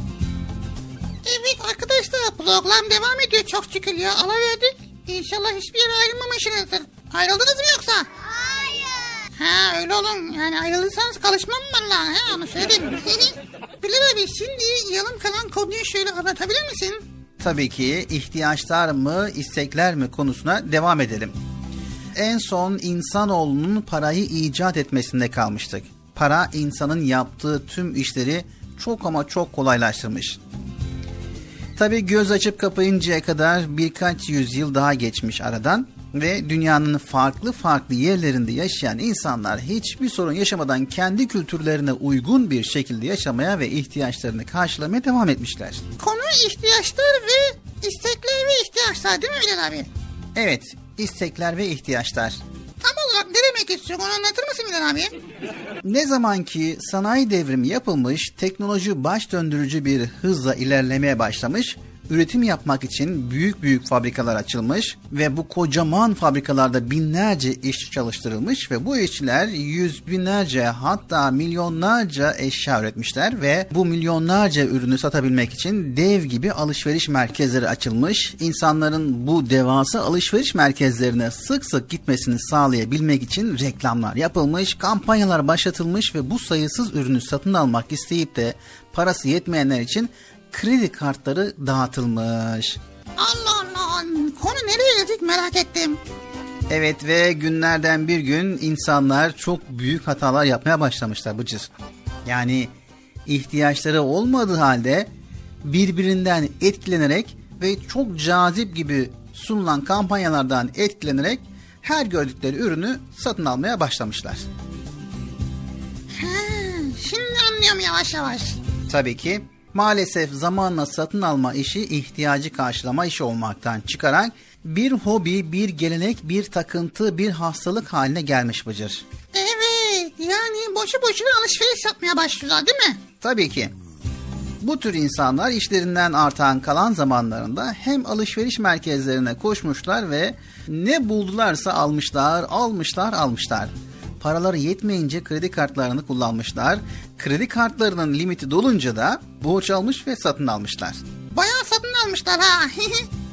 Evet arkadaşlar, program devam ediyor çok şükür ya. Ala verdik. İnşallah hiçbir yere ayrılmamışsınızdır. Ayrıldınız mı yoksa? Hayır. Ha öyle olun. Yani ayrılırsanız kalışmam vallahi. He onu söyleyeyim. Bilal abi, şimdi yarım kalan konuyu şöyle anlatabilir misin? Tabii ki ihtiyaçlar mı, istekler mi konusuna devam edelim. En son insanoğlunun parayı icat etmesinde kalmıştık. Para insanın yaptığı tüm işleri çok ama çok kolaylaştırmış. Tabii göz açıp kapayıncaya kadar birkaç yüzyıl daha geçmiş aradan ve dünyanın farklı farklı yerlerinde yaşayan insanlar hiçbir sorun yaşamadan kendi kültürlerine uygun bir şekilde yaşamaya ve ihtiyaçlarını karşılamaya devam etmişler. Konu ihtiyaçlar ve istekler ve ihtiyaçlar değil mi Bilal abi? Evet, istekler ve ihtiyaçlar. Tam olarak ne demek istiyorsun, onu anlatır mısın Bilal abi? Ne zaman ki sanayi devrimi yapılmış, teknoloji baş döndürücü bir hızla ilerlemeye başlamış, üretim yapmak için büyük büyük fabrikalar açılmış ve bu kocaman fabrikalarda binlerce işçi çalıştırılmış ve bu işçiler yüz binlerce hatta milyonlarca eşya üretmişler ve bu milyonlarca ürünü satabilmek için dev gibi alışveriş merkezleri açılmış. İnsanların bu devasa alışveriş merkezlerine sık sık gitmesini sağlayabilmek için reklamlar yapılmış, kampanyalar başlatılmış ve bu sayısız ürünü satın almak isteyip de parası yetmeyenler için kredi kartları dağıtılmış. Allah Allah, konu nereye geldik merak ettim. Evet ve günlerden bir gün insanlar çok büyük hatalar yapmaya başlamışlar Bıcır. Yani ihtiyaçları olmadığı halde birbirinden etkilenerek ve çok cazip gibi sunulan kampanyalardan etkilenerek her gördükleri ürünü satın almaya başlamışlar. Ha, şimdi anlıyorum yavaş yavaş. Tabii ki maalesef zamanla satın alma işi ihtiyacı karşılama işi olmaktan çıkarak bir hobi, bir gelenek, bir takıntı, bir hastalık haline gelmiş Bıcır. Evet, yani boşu boşuna alışveriş yapmaya başlıyorlar değil mi? Tabii ki. Bu tür insanlar işlerinden artan kalan zamanlarında hem alışveriş merkezlerine koşmuşlar ve ne buldularsa almışlar, almışlar, almışlar. Paraları yetmeyince kredi kartlarını kullanmışlar. Kredi kartlarının limiti dolunca da borç almış ve satın almışlar. Bayağı satın almışlar ha.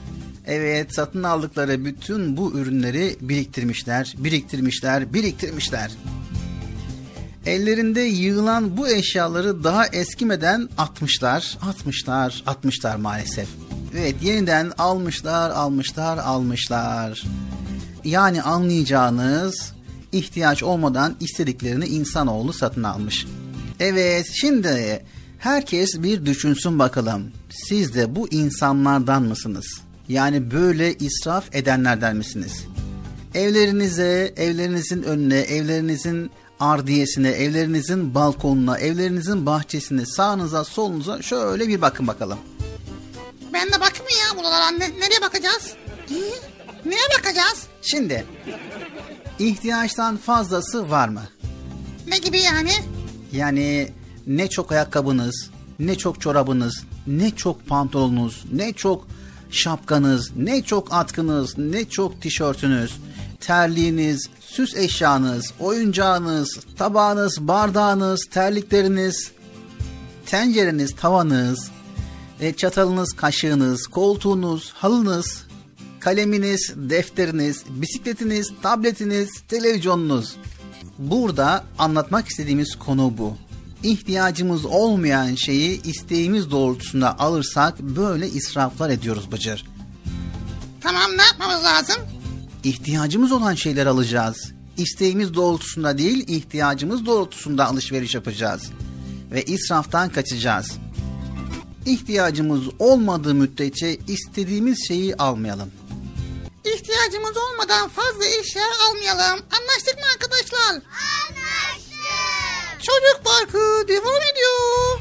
Evet, satın aldıkları bütün bu ürünleri biriktirmişler, biriktirmişler, biriktirmişler. Ellerinde yığılan bu eşyaları daha eskimeden atmışlar, atmışlar, atmışlar maalesef. Evet, yeniden almışlar, almışlar, almışlar. Yani anlayacağınız, ihtiyaç olmadan istediklerini insanoğlu satın almış. Evet, şimdi herkes bir düşünsün bakalım. Siz de bu insanlardan mısınız? Yani böyle israf edenlerden misiniz? Evlerinize, evlerinizin önüne, evlerinizin ardiyesine, evlerinizin balkonuna, evlerinizin bahçesine, sağınıza, solunuza şöyle bir bakın bakalım. Ben de bakayım ya buralara. Ne, nereye bakacağız? Hı? Neye bakacağız? Şimdi ihtiyaçtan fazlası var mı? Ne gibi yani? Yani ne çok ayakkabınız, ne çok çorabınız, ne çok pantolonunuz, ne çok şapkanız, ne çok atkınız, ne çok tişörtünüz, terliğiniz, süs eşyanız, oyuncağınız, tabağınız, bardağınız, terlikleriniz, tencereniz, tavanız, e, çatalınız, kaşığınız, koltuğunuz, halınız, kaleminiz, defteriniz, bisikletiniz, tabletiniz, televizyonunuz. Burada anlatmak istediğimiz konu bu. İhtiyacımız olmayan şeyi isteğimiz doğrultusunda alırsak böyle israflar ediyoruz Bıcır. Tamam, ne yapmamız lazım? İhtiyacımız olan şeyler alacağız. İsteğimiz doğrultusunda değil, ihtiyacımız doğrultusunda alışveriş yapacağız. Ve israftan kaçacağız. İhtiyacımız olmadığı müddetçe istediğimiz şeyi almayalım. İhtiyacımız olmadan fazla eşya almayalım. Anlaştık mı arkadaşlar? Anlaştık. Çocuk Parkı devam ediyor.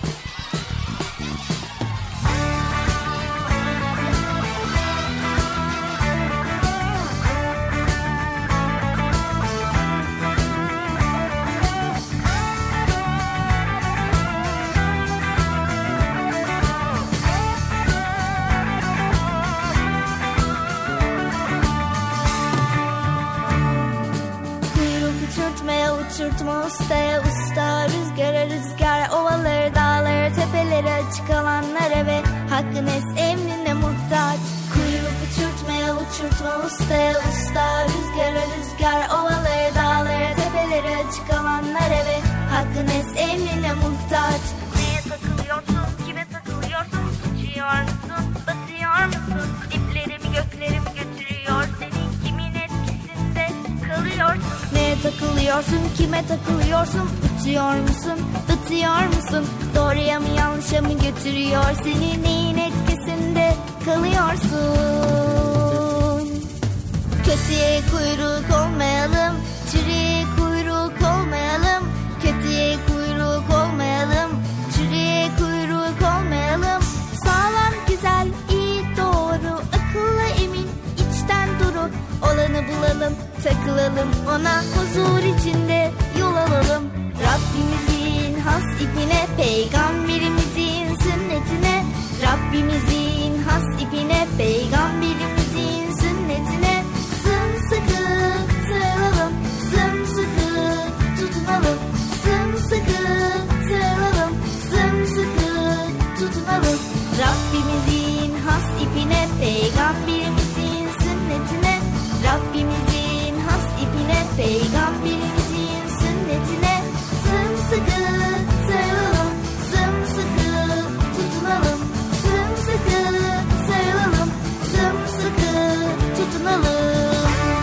Uçurtma ustaya usta, rüzgara rüzgar, ovaları dağları tepeleri açık alanlara ve hakkın es emrine muhtaç. Kuyruk uçurtmaya uçurtma ustaya usta, rüzgara rüzgar, ovaları dağları tepeleri açık alanlara ve hakkın es emrine muhtaç. Neye takılıyorsun, kime takılıyorsun, uçuyor musun, batıyor musun, diplerimi göklerimi götürüyor seni, kimin etkisinde kalıyorsun? Neye takılıyorsun, kime takılıyorsun, uçuyor musun, batıyor musun, doğruya mı yanlışa mı götürüyor seni, neyin etkisinde kalıyorsun? Kötüye kuyruk olmayalım, çürüye kuyruk olmayalım, kötüye kuyruk olmayalım, çürüye kuyruk olmayalım. Sağlam, güzel, iyi, doğru, akıllı, emin, içten duru olanı bulalım, takılalım ona, huzur içinde yol alalım. Rabbimizin has ipine, peygamberimizin sünnetine, Rabbimizin has ipine, peygamberimizin sünnetine sımsıkı sarılalım, sımsıkı tutunalım, sımsıkı sarılalım, sımsıkı tutunalım. Rabbimizin has ipine, peygamberimizin sünnetine, Rabbimizin has ipine, peygamberimizin sünnetine sımsıkı sarılalım, sımsıkı tutunalım, sımsıkı sarılalım, sımsıkı tutunalım.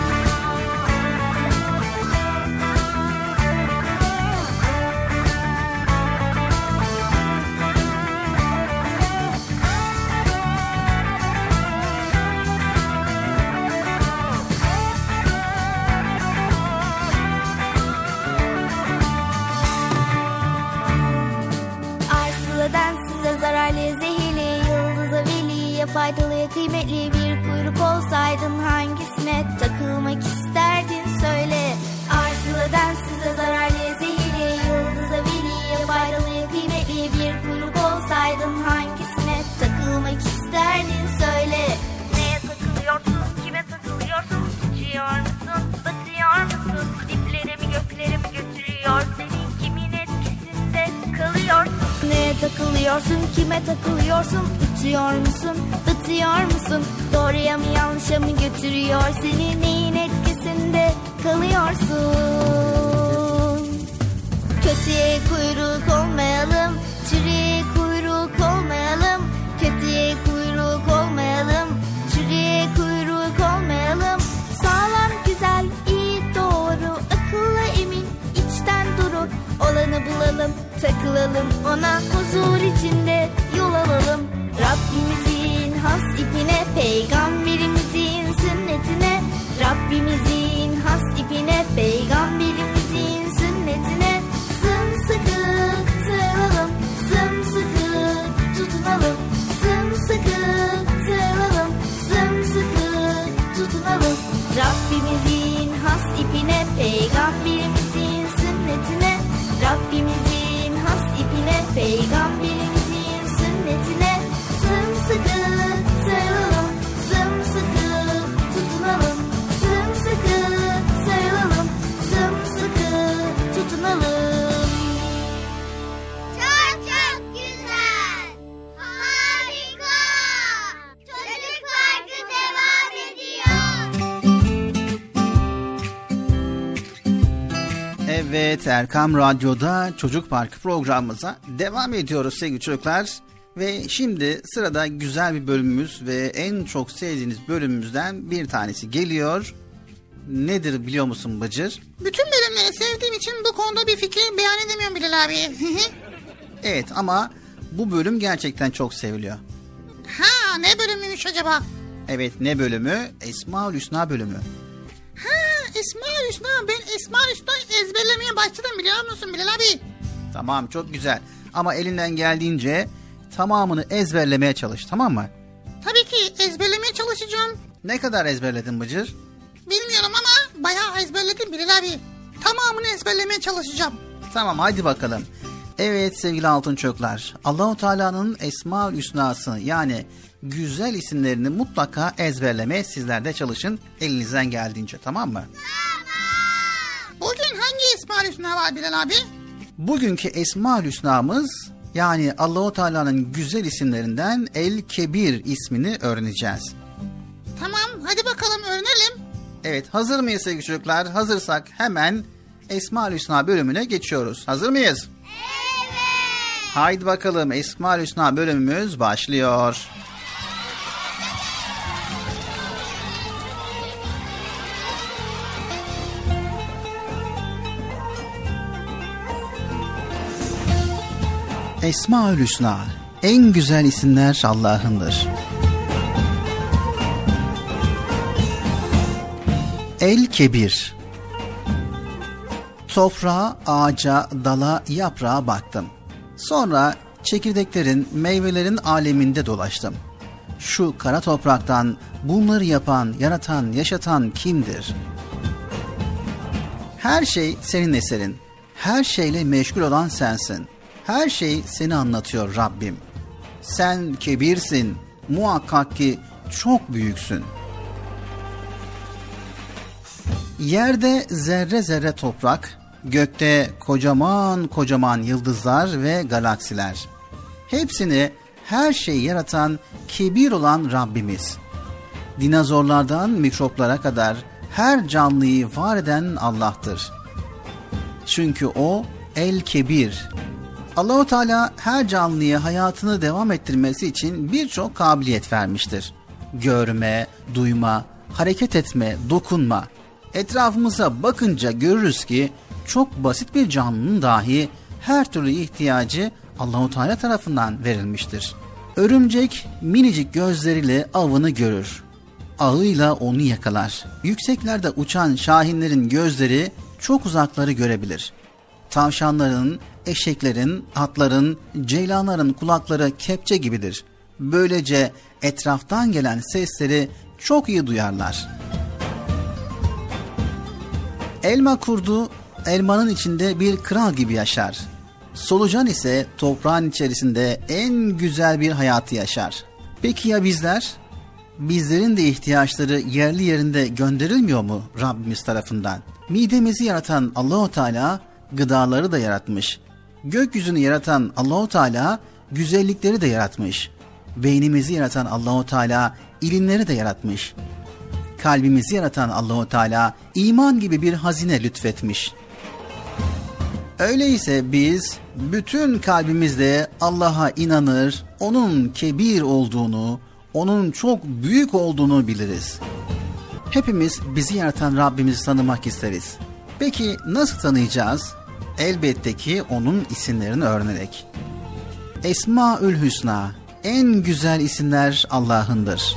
Zararlı, zehirli, yıldıza veliye faydalı, kıymetli bir kuyruk olsaydın hangisine takılmak isterdin söyle. Arsıladan size zararlı, zehirli, yıldıza veliye faydalı, kıymetli bir kuyruk olsaydın hangisine takılmak isterdin söyle. Neye takılıyorsun, kime takılıyorsun, uçuyor musun, batıyor musun, diplerimi göklerimi götürüyor seni, kimin etkisinde kalıyorsun? Neye takılıyorsun, kime takılıyorsun, Uçuyor musun, batıyor musun? Doğruya mı yanlışa mı götürüyor seni? Neyin etkisinde kalıyorsun? Kötüye kuyruk olmayalım, çürüye kuyruk olmayalım. Kötüye kuyruk olmayalım, çürüye kuyruk olmayalım. Sağlam, güzel, iyi, doğru, akıllı, emin, içten duru olanı bulalım, takılalım ona, huzur içinde yol alalım. Rabbimizin has ipine, peygamberimizin sünnetine. Rabbimizin has ipine, peygamberimizin sünnetine. Sımsıkı sarılalım, sımsıkı tutunalım. Sımsıkı sarılalım, sımsıkı tutunalım. Rabbimizin has ipine, peygamberimizin sünnetine. Rabbimizin has ipine, peygamberimizin sünnetine. Sımsıkı sarılalım, sımsıkı tutunalım. Sımsıkı sarılalım, sımsıkı tutunalım. Çok çok güzel. Harika. Çocuk Parkı devam ediyor. Evet, Erkam Radyo'da Çocuk Parkı programımıza devam ediyoruz sevgili çocuklar. Ve şimdi sırada güzel bir bölümümüz ve en çok sevdiğiniz bölümümüzden bir tanesi geliyor. Nedir biliyor musun Bıcır? Bütün bölümleri sevdiğim için bu konuda bir fikir beyan edemiyorum Bilal abi. Evet, ama bu bölüm gerçekten çok seviliyor. Ha, ne bölümüymüş acaba? Evet, ne bölümü? Esmaül Hüsna bölümü. Ha, Esmaül Hüsna. Ben Esmaül Hüsna'yı ezberlemeye başladım biliyor musun Bilal abi? Tamam, çok güzel. Ama elinden geldiğince tamamını ezberlemeye çalış, tamam mı? Tabii ki ezberlemeye çalışacağım. Ne kadar ezberledin Bıcır? Bilmiyorum ama bayağı ezberledim Bilal abi. Tamamını ezberlemeye çalışacağım. Tamam, hadi bakalım. Evet sevgili altın çocuklar, Allahu Teala'nın Esmaül Hüsna'sını, yani güzel isimlerini mutlaka ezberlemeye sizler de çalışın elinizden geldiğince, tamam mı? Bugün hangi Esmaül Hüsna var Bilal abi? Bugünkü Esmaül Hüsna'mız, yani Allahu Teala'nın güzel isimlerinden El Kebir ismini öğreneceğiz. Tamam, hadi bakalım öğrenelim. Evet, hazır mıyız sevgili çocuklar? Hazırsak hemen Esmaül Hüsna bölümüne geçiyoruz. Hazır mıyız? Evet. Haydi bakalım, Esmaül Hüsna bölümümüz başlıyor. Esmaül Hüsna, en güzel isimler Allah'ındır. El Kebir. Toprağa, ağaca, dala, yaprağa baktım. Sonra çekirdeklerin, meyvelerin aleminde dolaştım. Şu kara topraktan bunları yapan, yaratan, yaşatan kimdir? Her şey senin eserin. Her şeyle meşgul olan sensin. Her şey seni anlatıyor Rabbim. Sen kebirsin, muhakkak ki çok büyüksün. Yerde zerre zerre toprak, gökte kocaman kocaman yıldızlar ve galaksiler. Hepsini, her şeyi yaratan, kebir olan Rabbimiz. Dinozorlardan mikroplara kadar her canlıyı var eden Allah'tır. Çünkü O El Kebir. Allah-u Teala her canlıya hayatını devam ettirmesi için birçok kabiliyet vermiştir. Görme, duyma, hareket etme, dokunma. Etrafımıza bakınca görürüz ki çok basit bir canlının dahi her türlü ihtiyacı Allah-u Teala tarafından verilmiştir. Örümcek minicik gözleriyle avını görür. Ağıyla onu yakalar. Yükseklerde uçan şahinlerin gözleri çok uzakları görebilir. Tavşanların, eşeklerin, atların, ceylanların kulakları kepçe gibidir. Böylece etraftan gelen sesleri çok iyi duyarlar. Elma kurdu, elmanın içinde bir kral gibi yaşar. Solucan ise toprağın içerisinde en güzel bir hayatı yaşar. Peki ya bizler? Bizlerin de ihtiyaçları yerli yerinde gönderilmiyor mu Rabbimiz tarafından? Midemizi yaratan Allah-u Teala gıdaları da yaratmış. Gökyüzünü yaratan Allah-u Teala güzellikleri de yaratmış. beynimizi yaratan Allahu Teala ilimleri de yaratmış. Kalbimizi yaratan Allahu Teala iman gibi bir hazine lütfetmiş. Öyleyse biz bütün kalbimizle Allah'a inanır, onun kebir olduğunu, onun çok büyük olduğunu biliriz. Hepimiz bizi yaratan Rabbimizi tanımak isteriz. Peki nasıl tanıyacağız? Elbette ki onun isimlerini öğrenerek. Esmaül Hüsna, en güzel isimler Allah'ındır.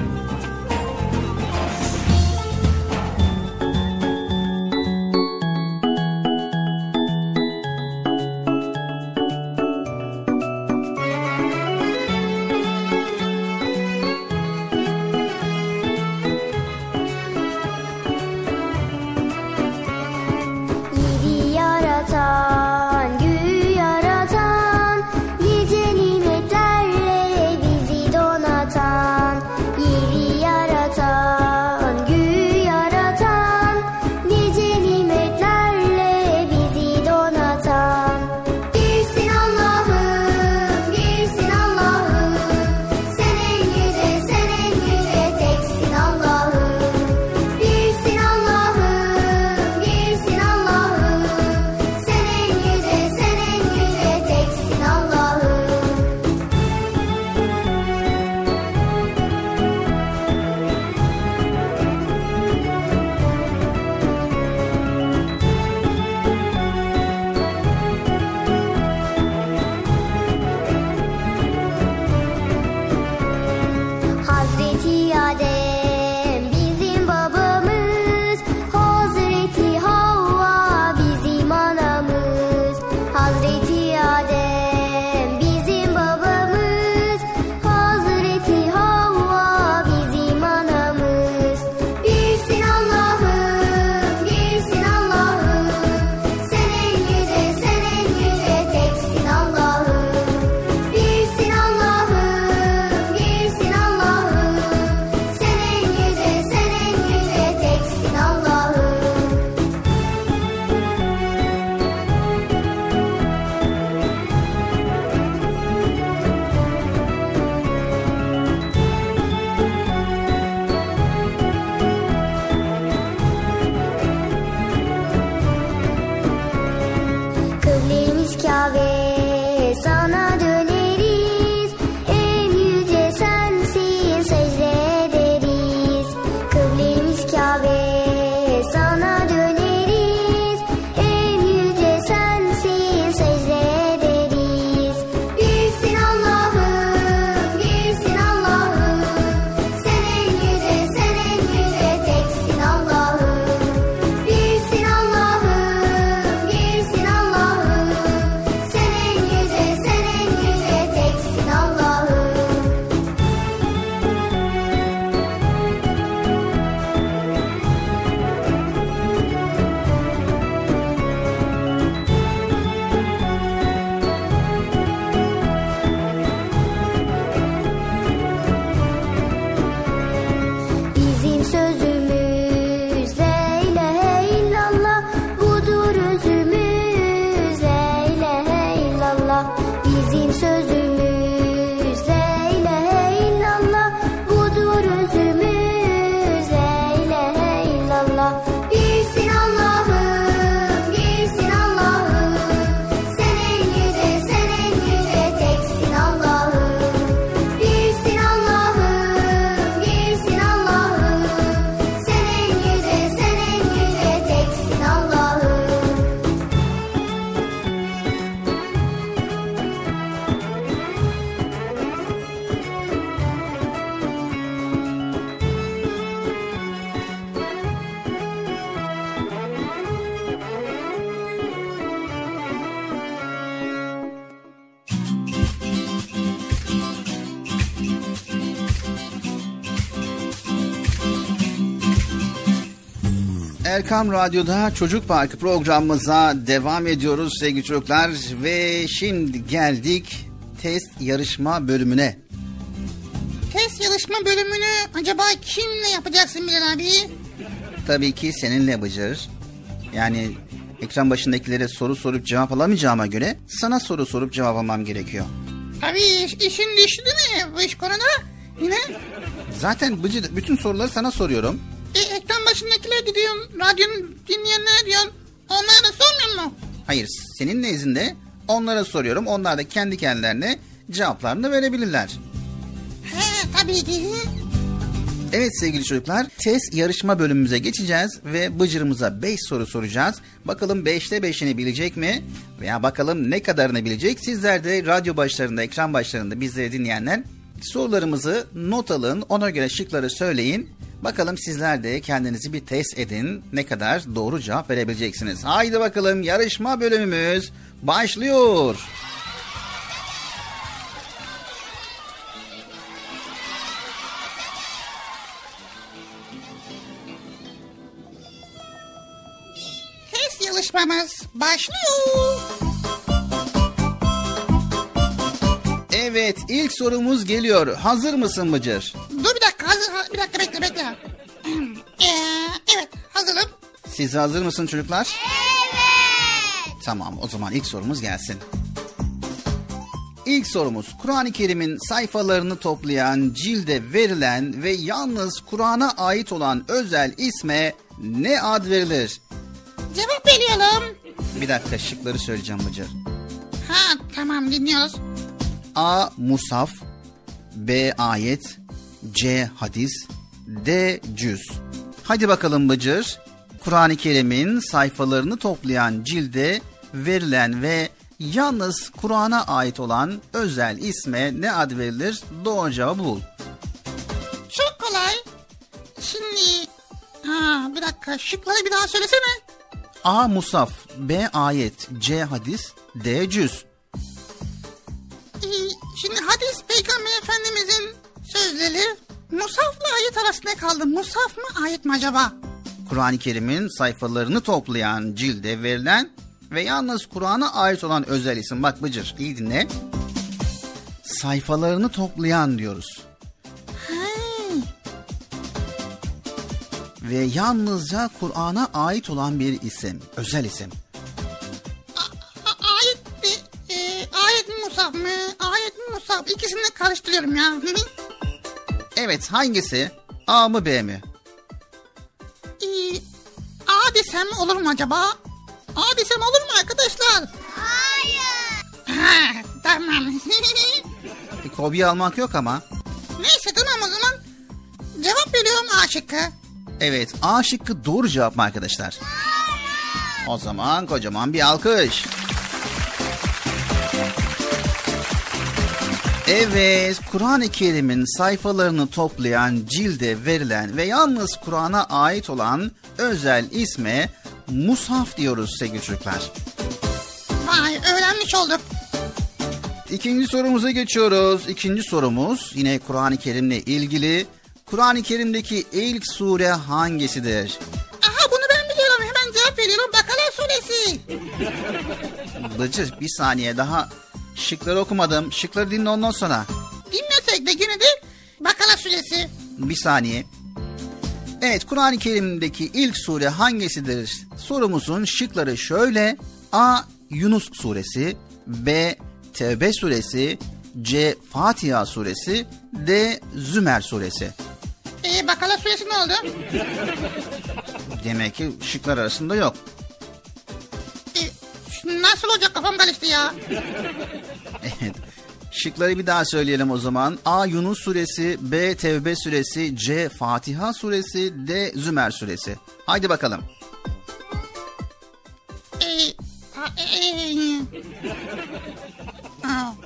Erkam Radyo'da Çocuk Parkı programımıza devam ediyoruz sevgili çocuklar. Ve şimdi geldik test yarışma bölümüne. Test yarışma bölümünü acaba kimle yapacaksın Bilal abi? Tabii ki seninle Bıcır. Yani ekran başındakilere soru sorup cevap alamayacağıma göre sana soru sorup cevap almam gerekiyor. Tabii iş, işin düştü mi bu iş konuda? Yine? Zaten Bıcır bütün soruları sana soruyorum. E, ekran başındakiler diyorsun, radyonun dinleyenler diyorsun. Onlara sormuyor mu? Hayır, senin nezdinde onlara soruyorum. Onlar da kendi kendilerine cevaplarını verebilirler. He tabii ki. Evet sevgili çocuklar, test yarışma bölümümüze geçeceğiz ve Bıcır'ımıza beş soru soracağız. Bakalım beşte beşini bilecek mi? Veya bakalım ne kadarını bilecek? Sizler de radyo başlarında, ekran başlarında bizleri dinleyenler sorularımızı not alın, ona göre şıkları söyleyin. Bakalım sizler de kendinizi bir test edin, ne kadar doğru cevap verebileceksiniz. Haydi bakalım, yarışma bölümümüz başlıyor. Test yarışmamız başlıyor. Evet, ilk sorumuz geliyor. Hazır mısın Bıcır? Dur bir dakika, hazır, ha- bir dakika bekle bekle. Ee, evet hazırım. Siz hazır mısınız çocuklar? Evet. Tamam, o zaman ilk sorumuz gelsin. İlk sorumuz, Kur'an-ı Kerim'in sayfalarını toplayan, cilde verilen ve yalnız Kur'an'a ait olan özel isme ne ad verilir? Cevap veriyorum. Bir dakika, şıkları söyleyeceğim Bıcır. Ha tamam dinliyoruz. A. Musaf, B. Ayet, C. Hadis, D. Cüz. Hadi bakalım Bıcır. Kur'an-ı Kerim'in sayfalarını toplayan, cilde verilen ve yalnız Kur'an'a ait olan özel isme ne ad verilir? Doğru cevabı bul. Çok kolay. Şimdi ha bir dakika, şıkları bir daha söylesene. A. Musaf, B. Ayet, C. Hadis, D. Cüz. Ee, şimdi hadis Peygamber Efendimizin sözleri Musaf'la ayet arasında kaldı. Musaf mı ayet mi acaba? Kur'an-ı Kerim'in sayfalarını toplayan, cilde verilen ve yalnız Kur'an'a ait olan özel isim. Bak Bıcır, iyi dinle. Sayfalarını toplayan diyoruz. Hmm. Ve yalnızca Kur'an'a ait olan bir isim, özel isim. A- ayet mi? E, ayet mi Musaf mı? Ayet mi Musaf? İkisini de karıştırıyorum ya. Evet, hangisi? A mı B mi? e, A desem olur mu acaba? A desem olur mu arkadaşlar? Hayır. Ha, tamam. Bir kopya almak yok ama. Neyse tamam o zaman. Cevap veriyorum A şıkkı. Evet, A şıkkı doğru cevap mı arkadaşlar? O zaman kocaman bir alkış. Evet, Kur'an-ı Kerim'in sayfalarını toplayan, cilde verilen ve yalnız Kur'an'a ait olan özel isme Mushaf diyoruz sevgili çocuklar. Vay öğrenmiş olduk. İkinci sorumuza geçiyoruz. İkinci sorumuz yine Kur'an-ı Kerim'le ilgili. Kur'an-ı Kerim'deki ilk sure hangisidir? Aha bunu ben biliyorum, hemen cevap veriyorum. Bakara suresi. Bıcır, bir saniye daha şıkları okumadım. Şıkları dinle ondan sonra. Dinlesek de yine de Bakara suresi. Bir saniye. Evet, Kur'an-ı Kerim'deki ilk sure hangisidir? Sorumuzun şıkları şöyle. A. Yunus suresi, B. Tevbe suresi, C. Fatiha suresi, D. Zümer suresi. Ee, Bakara suresi ne oldu? Demek ki şıklar arasında yok. Ee, nasıl olacak, kafam karıştı ya. Evet. Şıkları bir daha söyleyelim o zaman. A. Yunus suresi, B. Tevbe suresi, C. Fatiha suresi, D. Zümer suresi. Haydi bakalım. Ee, a- ee, Aa.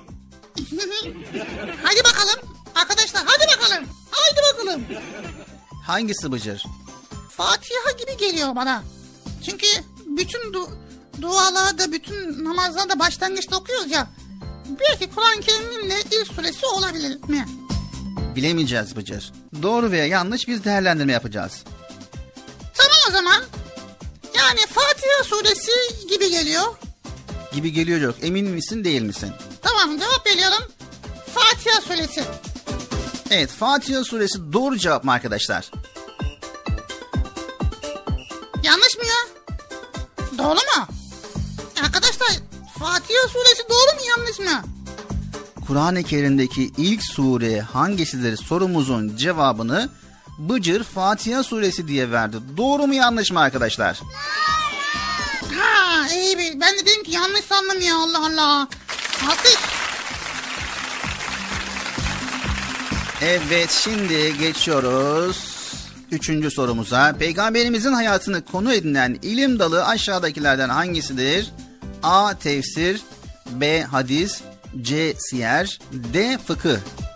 Hadi bakalım. Arkadaşlar hadi bakalım. Haydi bakalım. Hangisi Bıcır? Fatiha gibi geliyor bana. Çünkü bütün du- dualarda, bütün namazlarda başlangıçta okuyoruz ya. Belki Kur'an-ı Kerim'in de ilk suresi olabilir mi? Bilemeyeceğiz Bıcır. Doğru veya yanlış biz değerlendirme yapacağız. Tamam o zaman. Yani Fatiha suresi gibi geliyor. Gibi geliyor yok. Emin misin değil misin? Tamam cevap veriyorum. Fatiha suresi. Evet, Fatiha suresi doğru cevap mı arkadaşlar? Yanlış mı ya? Doğru mu? Arkadaşlar Fatiha suresi doğru mu yanlış mı? Kur'an-ı Kerim'deki ilk sure hangisidir sorumuzun cevabını Bıcır Fatiha suresi diye verdi. Doğru mu yanlış mı arkadaşlar? Ha iyi bir. Ben de dedim ki yanlış sandım ya, Allah Allah. Alkış. Evet, şimdi geçiyoruz üçüncü sorumuza. Peygamberimizin hayatını konu edinen ilim dalı aşağıdakilerden hangisidir? A. Tefsir, B. Hadis, C. Siyer, D. Fıkıh.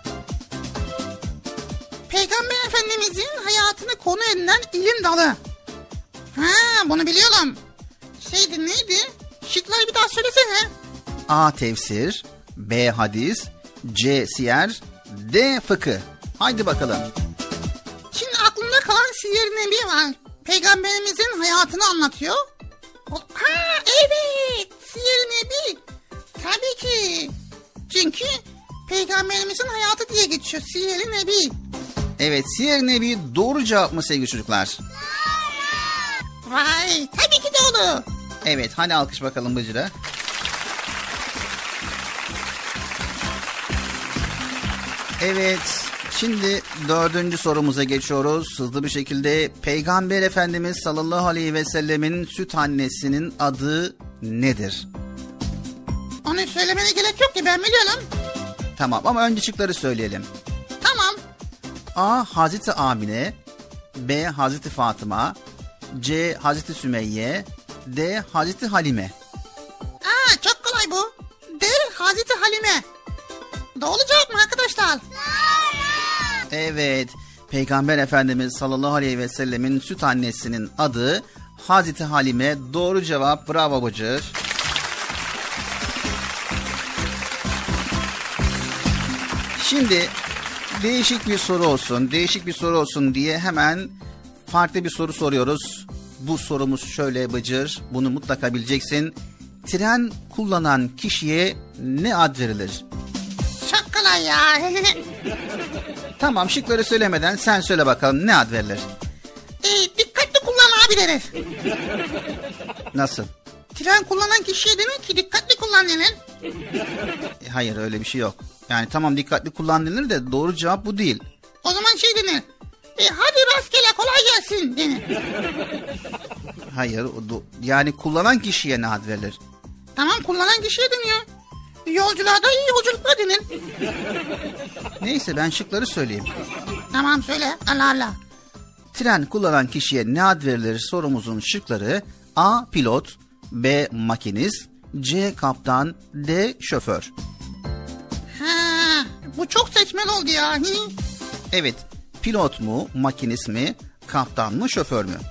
Peygamber Efendimizin hayatını konu edilen ilim dalı. Ha bunu biliyorum. Şeydi neydi? Şıkları bir daha söylesene. A. Tefsir, B. Hadis, C. Siyer, D. Fıkıh. Haydi bakalım. Şimdi aklımda kalan Siyer-i Nebi var. Peygamberimizin hayatını anlatıyor. Ha evet, Siyer-i Nebi. Tabii ki. Çünkü Peygamberimizin hayatı diye geçiyor Siyer-i Nebi. Evet, Siyer-i Nebi doğru cevap mı sevgili çocuklar? Vay, tabii ki doğru. Evet, hadi alkış bakalım Bıcır'a. Evet, şimdi dördüncü sorumuza geçiyoruz. Hızlı bir şekilde Peygamber Efendimiz sallallahu aleyhi ve sellemin süt annesinin adı nedir? Onu söylemene gerek yok ki, ben biliyorum. Tamam ama önce şıkları söyleyelim. Tamam. A. Hazreti Amine, B. Hazreti Fatıma, C. Hazreti Sümeyye, D. Hazreti Halime. Aa çok kolay bu. D. Hazreti Halime. Doğru cevap mı arkadaşlar? Evet, Peygamber Efendimiz sallallahu aleyhi ve sellemin süt annesinin adı Hazreti Halime. Doğru cevap, bravo Bıcır. Şimdi değişik bir soru olsun, değişik bir soru olsun diye hemen farklı bir soru soruyoruz. Bu sorumuz şöyle Bıcır, bunu mutlaka bileceksin. Tren kullanan kişiye ne ad verilir? Çok kolay ya. Tamam, şıkları söylemeden sen söyle bakalım, ne ad verilir? e, dikkatli kullan abi denir. Nasıl? Tren kullanan kişiye denir ki dikkatli kullan denir. E, hayır, öyle bir şey yok. Yani tamam, dikkatli kullan denir de doğru cevap bu değil. O zaman şey denir. E, hadi rastgele kolay gelsin denir. Hayır, o do- yani kullanan kişiye ne ad verilir? Tamam, kullanan kişiye deniyor. Yolcularda iyi yolculuklar denir. Neyse, ben şıkları söyleyeyim. Tamam söyle, Allah Allah. Tren kullanan kişiye ne ad verilir sorumuzun şıkları: A. Pilot, B. Makinist, C. Kaptan, D. Şoför. Ha, bu çok seçmeli oldu ya. Evet, pilot mu, makinist mi, kaptan mı, şoför mü?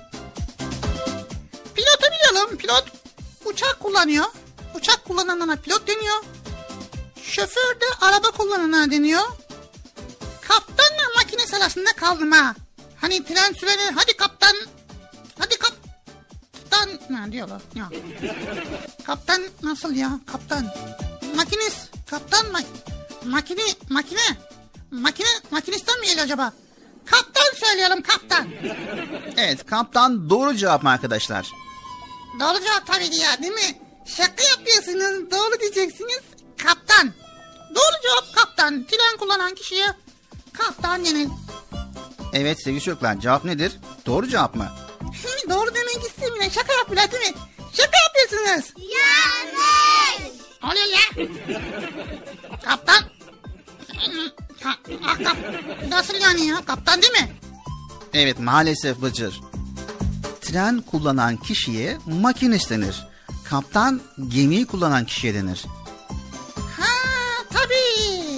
Pilotu biliyorum. Pilot uçak kullanıyor. Uçak kullananına pilot deniyor. Şoför de araba kullananına deniyor. Kaptanla makinist arasında kaldım ha. Hani tren süreni hadi kaptan, hadi kaptan ne diyorlar ya. Kaptan nasıl ya, kaptan. Makinist, kaptan ma makine, makine, makine, makinistten mi geliyor acaba? Kaptan söyleyelim, kaptan. Evet, kaptan doğru cevap mı arkadaşlar? Doğru cevap tabii ki ya, değil mi? Şaka yapıyorsunuz, doğru diyeceksiniz. Kaptan. Doğru cevap kaptan. Tren kullanan kişiye kaptan denir. Evet sevgili çocuklar, cevap nedir? Doğru cevap mı? Doğru demek istemiyorum. Şaka yapıyorlar değil mi? Şaka yapıyorsunuz. Yanlış. Oluyor ya. Kaptan. Ha, ah, kap, nasıl yani ya? Kaptan değil mi? Evet, maalesef Bıcır. Tren kullanan kişiye makinist denir. Kaptan gemiyi kullanan kişiye denir. Ha tabii.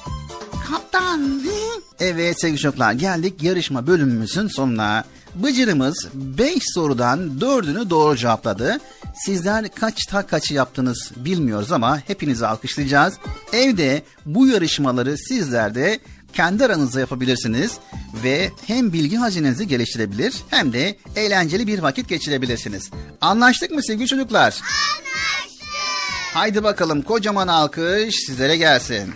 Kaptan. Evet sevgili çocuklar, geldik yarışma bölümümüzün sonuna. Bıcır'ımız beş sorudan dördünü doğru cevapladı. Sizler kaçta kaçı yaptınız bilmiyoruz ama hepinizi alkışlayacağız. Evde bu yarışmaları sizler de kendi aranızda yapabilirsiniz ve hem bilgi hazinenizi geliştirebilir hem de eğlenceli bir vakit geçirebilirsiniz. Anlaştık mı sevgili çocuklar? Anlaştık. Haydi bakalım, kocaman alkış sizlere gelsin.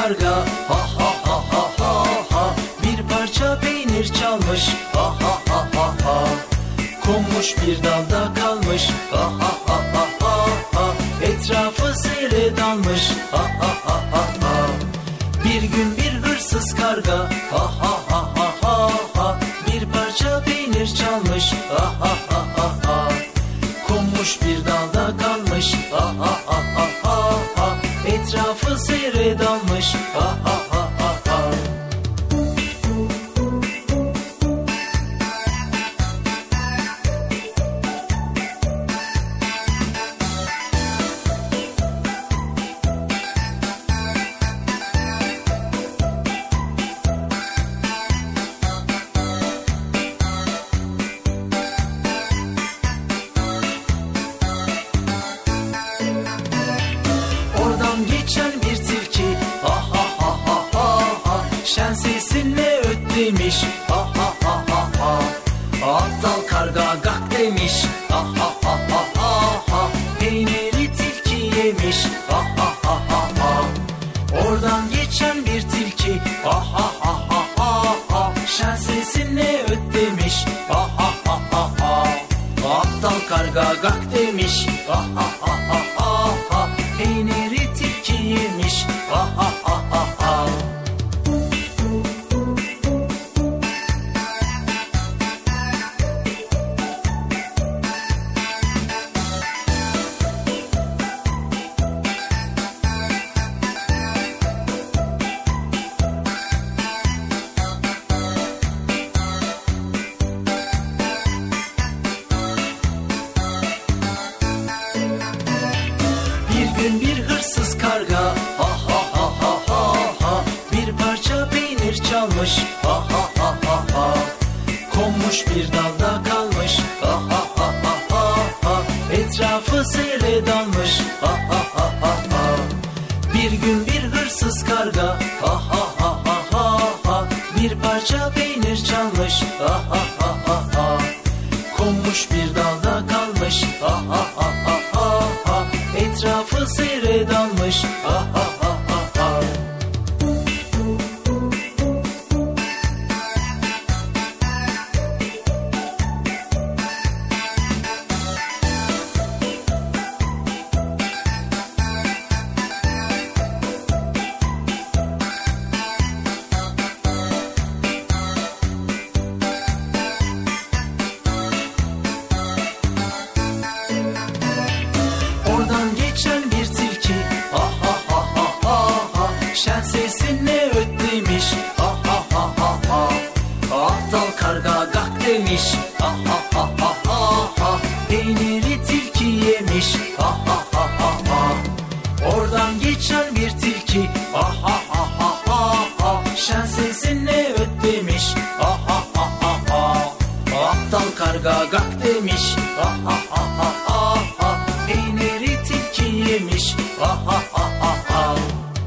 karga, ha ha ha ha ha ha. Bir parça peynir çalmış, ha ha ha ha ha. Konmuş bir dalda kalmış, ha ha ha ha ha ha. Etrafı seyre dalmış, ha ha ha ha ha. Bir gün bir hırsız karga, ha ha ha ha ha ha. Bir parça peynir çalmış, ha ha ha ha ha. Konmuş bir dalda kalmış, ha ha ha ha ha ha. Etrafı seyre dalmış, ha ha ha ha ha. Oradan geçen bir tilki, ha ha ha ha ha ha. Şen sesinle öt demiş, ha ha ha ha ha. Aptal karga gak demiş, ha ha ha ha ha ha. Peyniri tilki yemiş, ha ha ha ha ha. Oradan geçen bir tilki, ha ha ha ha ha ha. Şen sesinle öt demiş, ha ha ha ha ha. Aptal karga gak demiş, ha ha ha ha ha ha. Peyniri tilki yemiş, ha ha ha ha ha. Bir gün bir hırsız karga, ha ha ha ha ha ha. Bir parça peynir çalmış, ha ha ha ha ha. Konmuş bir dalda kalmış, ha ha ha ha ha ha. Etrafı seyre dalmış, ha ha ha ha ha. Bir gün bir hırsız karga, ha ha ha ha ha ha. Bir parça peynir çalmış, ha ha ha ha ha. Konmuş bir dalda kalmış, ha ha ha ha ha ha. Etrafı seyre dalmış, ha ha ha ha ha. Oradan geçen bir tilki, ha ha ha ha ha ha. Şen sesinle öt demiş, ha ha ha ha ha. Aptal karga gak demiş, ha ha ha ha ha ha. Peyniri tilki yemiş, ha ha ha ha ha. Oradan geçen bir tilki, ha ha ha ha ha ha. Şen sesinle öt demiş, ha ha ha ha ha. Aptal karga gak demiş, ha ha ha ha ha ha. Peyniri tilki yemiş, ha ha ha ha ha.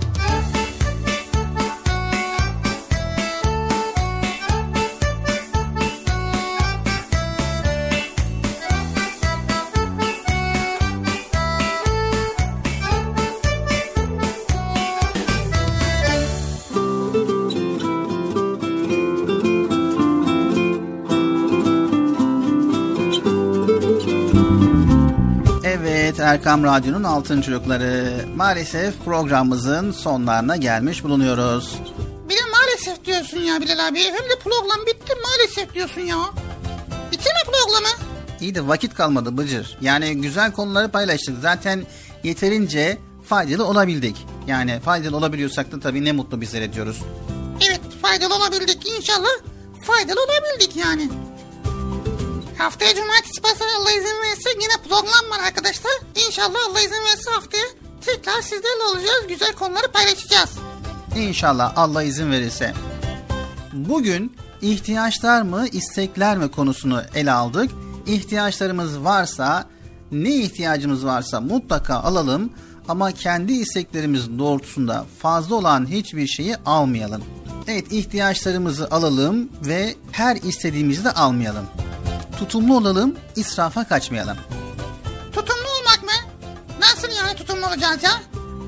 Evet, Erkam Radyo'nun Altın Çocukları. Maalesef programımızın sonlarına gelmiş bulunuyoruz. Bir de maalesef diyorsun ya Bilal abi. Hem de program bitti maalesef diyorsun ya. Bitti mi programı? İyi de vakit kalmadı Bıcır. Yani güzel konuları paylaştık. Zaten yeterince faydalı olabildik. Yani faydalı olabiliyorsak da tabii ne mutlu bizlere diyoruz. Evet, faydalı olabildik inşallah. Faydalı olabildik yani. Haftaya cumartesi pazar Allah izin verirse yine program var arkadaşlar. İnşallah Allah izin verirse haftaya tekrar sizlerle olacağız. Güzel konuları paylaşacağız. İnşallah Allah izin verirse. Bugün ihtiyaçlar mı istekler mi konusunu ele aldık. İhtiyaçlarımız varsa, ne ihtiyacımız varsa mutlaka alalım. Ama kendi isteklerimiz doğrultusunda fazla olan hiçbir şeyi almayalım. Evet, ihtiyaçlarımızı alalım ve her istediğimizi de almayalım. Tutumlu olalım, israfa kaçmayalım. Tutumlu olmak mı? Nasıl yani tutumlu olacağız ya?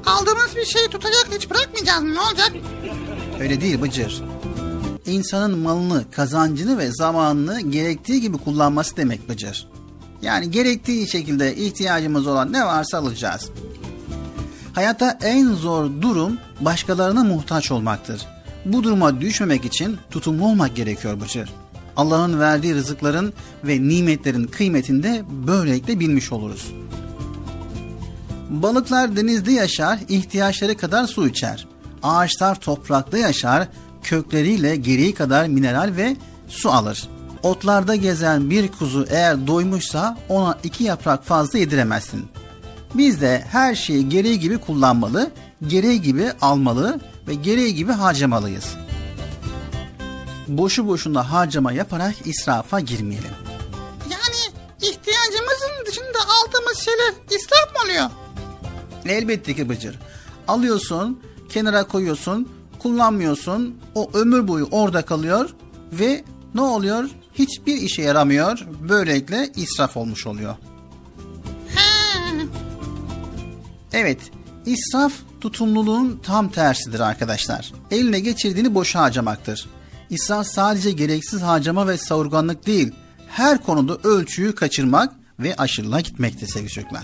aldığımız bir şeyi tutacak, hiç bırakmayacağız mı? Ne olacak? Öyle değil Bıcır. İnsanın malını, kazancını ve zamanını gerektiği gibi kullanması demek Bıcır. Yani gerektiği şekilde ihtiyacımız olan ne varsa alacağız. Hayatta en zor durum başkalarına muhtaç olmaktır. Bu duruma düşmemek için tutumlu olmak gerekiyor Bıcır. Allah'ın verdiği rızıkların ve nimetlerin kıymetini de böylelikle bilmiş oluruz. Balıklar denizde yaşar, ihtiyaçları kadar su içer. Ağaçlar toprakta yaşar, kökleriyle gereği kadar mineral ve su alır. Otlarda gezen bir kuzu eğer doymuşsa ona iki yaprak fazla yediremezsin. Biz de her şeyi gereği gibi kullanmalı, gereği gibi almalı ve gereği gibi harcamalıyız. Boşu boşuna harcama yaparak israfa girmeyelim. Yani ihtiyacımızın dışında aldığımız şeyler israf mı oluyor? Elbette ki Bıcır. Alıyorsun, kenara koyuyorsun, kullanmıyorsun, o ömür boyu orada kalıyor ve ne oluyor? Hiçbir işe yaramıyor, böylelikle israf olmuş oluyor. Evet, israf tutumluluğun tam tersidir arkadaşlar. Eline geçirdiğini boşa harcamaktır. İsraf sadece gereksiz harcama ve savurganlık değil, her konuda ölçüyü kaçırmak ve aşırılığa gitmektir sevgili çocuklar.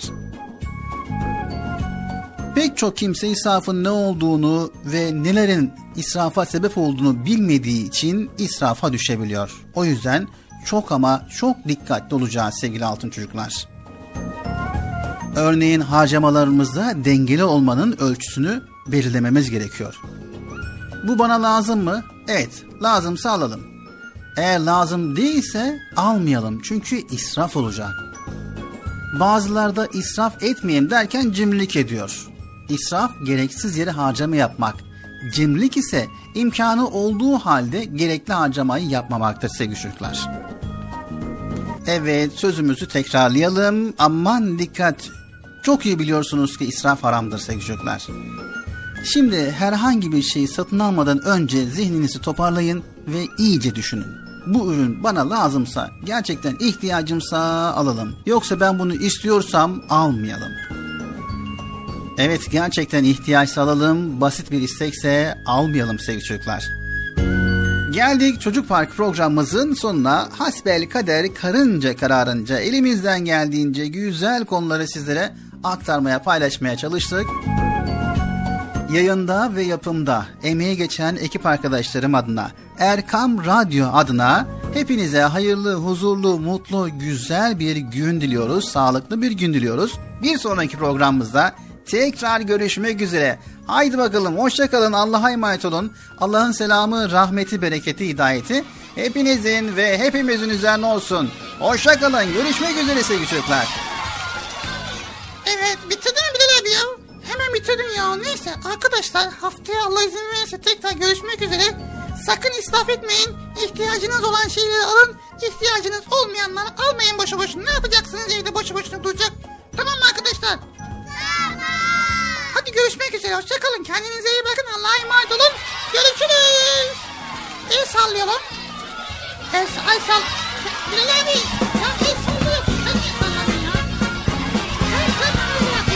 Pek çok kimse israfın ne olduğunu ve nelerin israfa sebep olduğunu bilmediği için israfa düşebiliyor. O yüzden çok ama çok dikkatli olacağız sevgili altın çocuklar. Örneğin harcamalarımızda dengeli olmanın ölçüsünü belirlememiz gerekiyor. Bu bana lazım mı? Evet, lazımsa alalım. Eğer lazım değilse almayalım çünkü israf olacak. Bazıları da israf etmeyeyim derken cimrilik ediyor. İsraf gereksiz yere harcama yapmak. Cimrilik ise imkanı olduğu halde gerekli harcamayı yapmamaktır sevgili çocuklar. Evet, sözümüzü tekrarlayalım. Aman dikkat. Çok iyi biliyorsunuz ki israf haramdır sevgili çocuklar. Şimdi herhangi bir şeyi satın almadan önce zihninizi toparlayın ve iyice düşünün. Bu ürün bana lazımsa, gerçekten ihtiyacımsa alalım. Yoksa ben bunu istiyorsam almayalım. Evet, gerçekten ihtiyaçsa alalım, basit bir istekse almayalım sevgili çocuklar. Geldik Çocuk Park programımızın sonuna. Hasbel kader karınca kararınca elimizden geldiğince güzel konuları sizlere aktarmaya, paylaşmaya çalıştık. Yayında ve yapımda emeği geçen ekip arkadaşlarım adına, Erkam Radyo adına hepinize hayırlı, huzurlu, mutlu, güzel bir gün diliyoruz. Sağlıklı bir gün diliyoruz. Bir sonraki programımızda tekrar görüşmek üzere. Haydi bakalım, hoşça kalın, Allah'a emanet olun. Allah'ın selamı, rahmeti, bereketi, hidayeti hepinizin ve hepimizin üzerine olsun. Hoşça kalın, görüşmek üzere sevgili çocuklar. Evet, bitirdin mi Bilal abi ya? Hemen bitirdin ya. Neyse arkadaşlar, haftaya Allah izin verirse tekrar görüşmek üzere. Sakın israf etmeyin. İhtiyacınız olan şeyleri alın. İhtiyacınız olmayanları almayın boşu boşuna. Ne yapacaksınız evde boşu boşuna duracak? Tamam mı arkadaşlar? Tamam. Hadi görüşmek üzere. Hoşçakalın. Kendinize iyi bakın. Allah'a emanet olun. Görüşürüz. El sallayalım. El, el sall... Bilal abi. Ya el sallıyorsun. Sen el salladın ya. Sen salladın ya.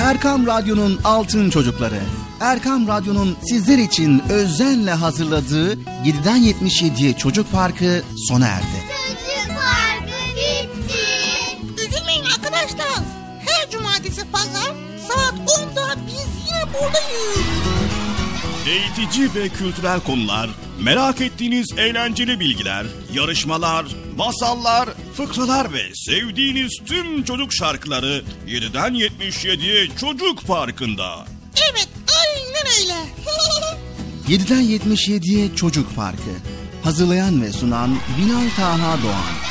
Erkam Radyo'nun Altın Çocukları. Erkam Radyo'nun sizler için özenle hazırladığı yediden yetmiş yediye Çocuk Parkı sona erdi. Çocuk Parkı bitti. Üzülmeyin arkadaşlar. Her cumartesi pazar saat onda biz yine buradayız. Eğitici ve kültürel konular, merak ettiğiniz eğlenceli bilgiler, yarışmalar, masallar, fıkralar ve sevdiğiniz tüm çocuk şarkıları yediden yetmiş yediye Çocuk Parkı'nda. Evet, aynen öyle. yediden yetmiş yediye Çocuk Parkı. Hazırlayan ve sunan Binal Taha Doğan.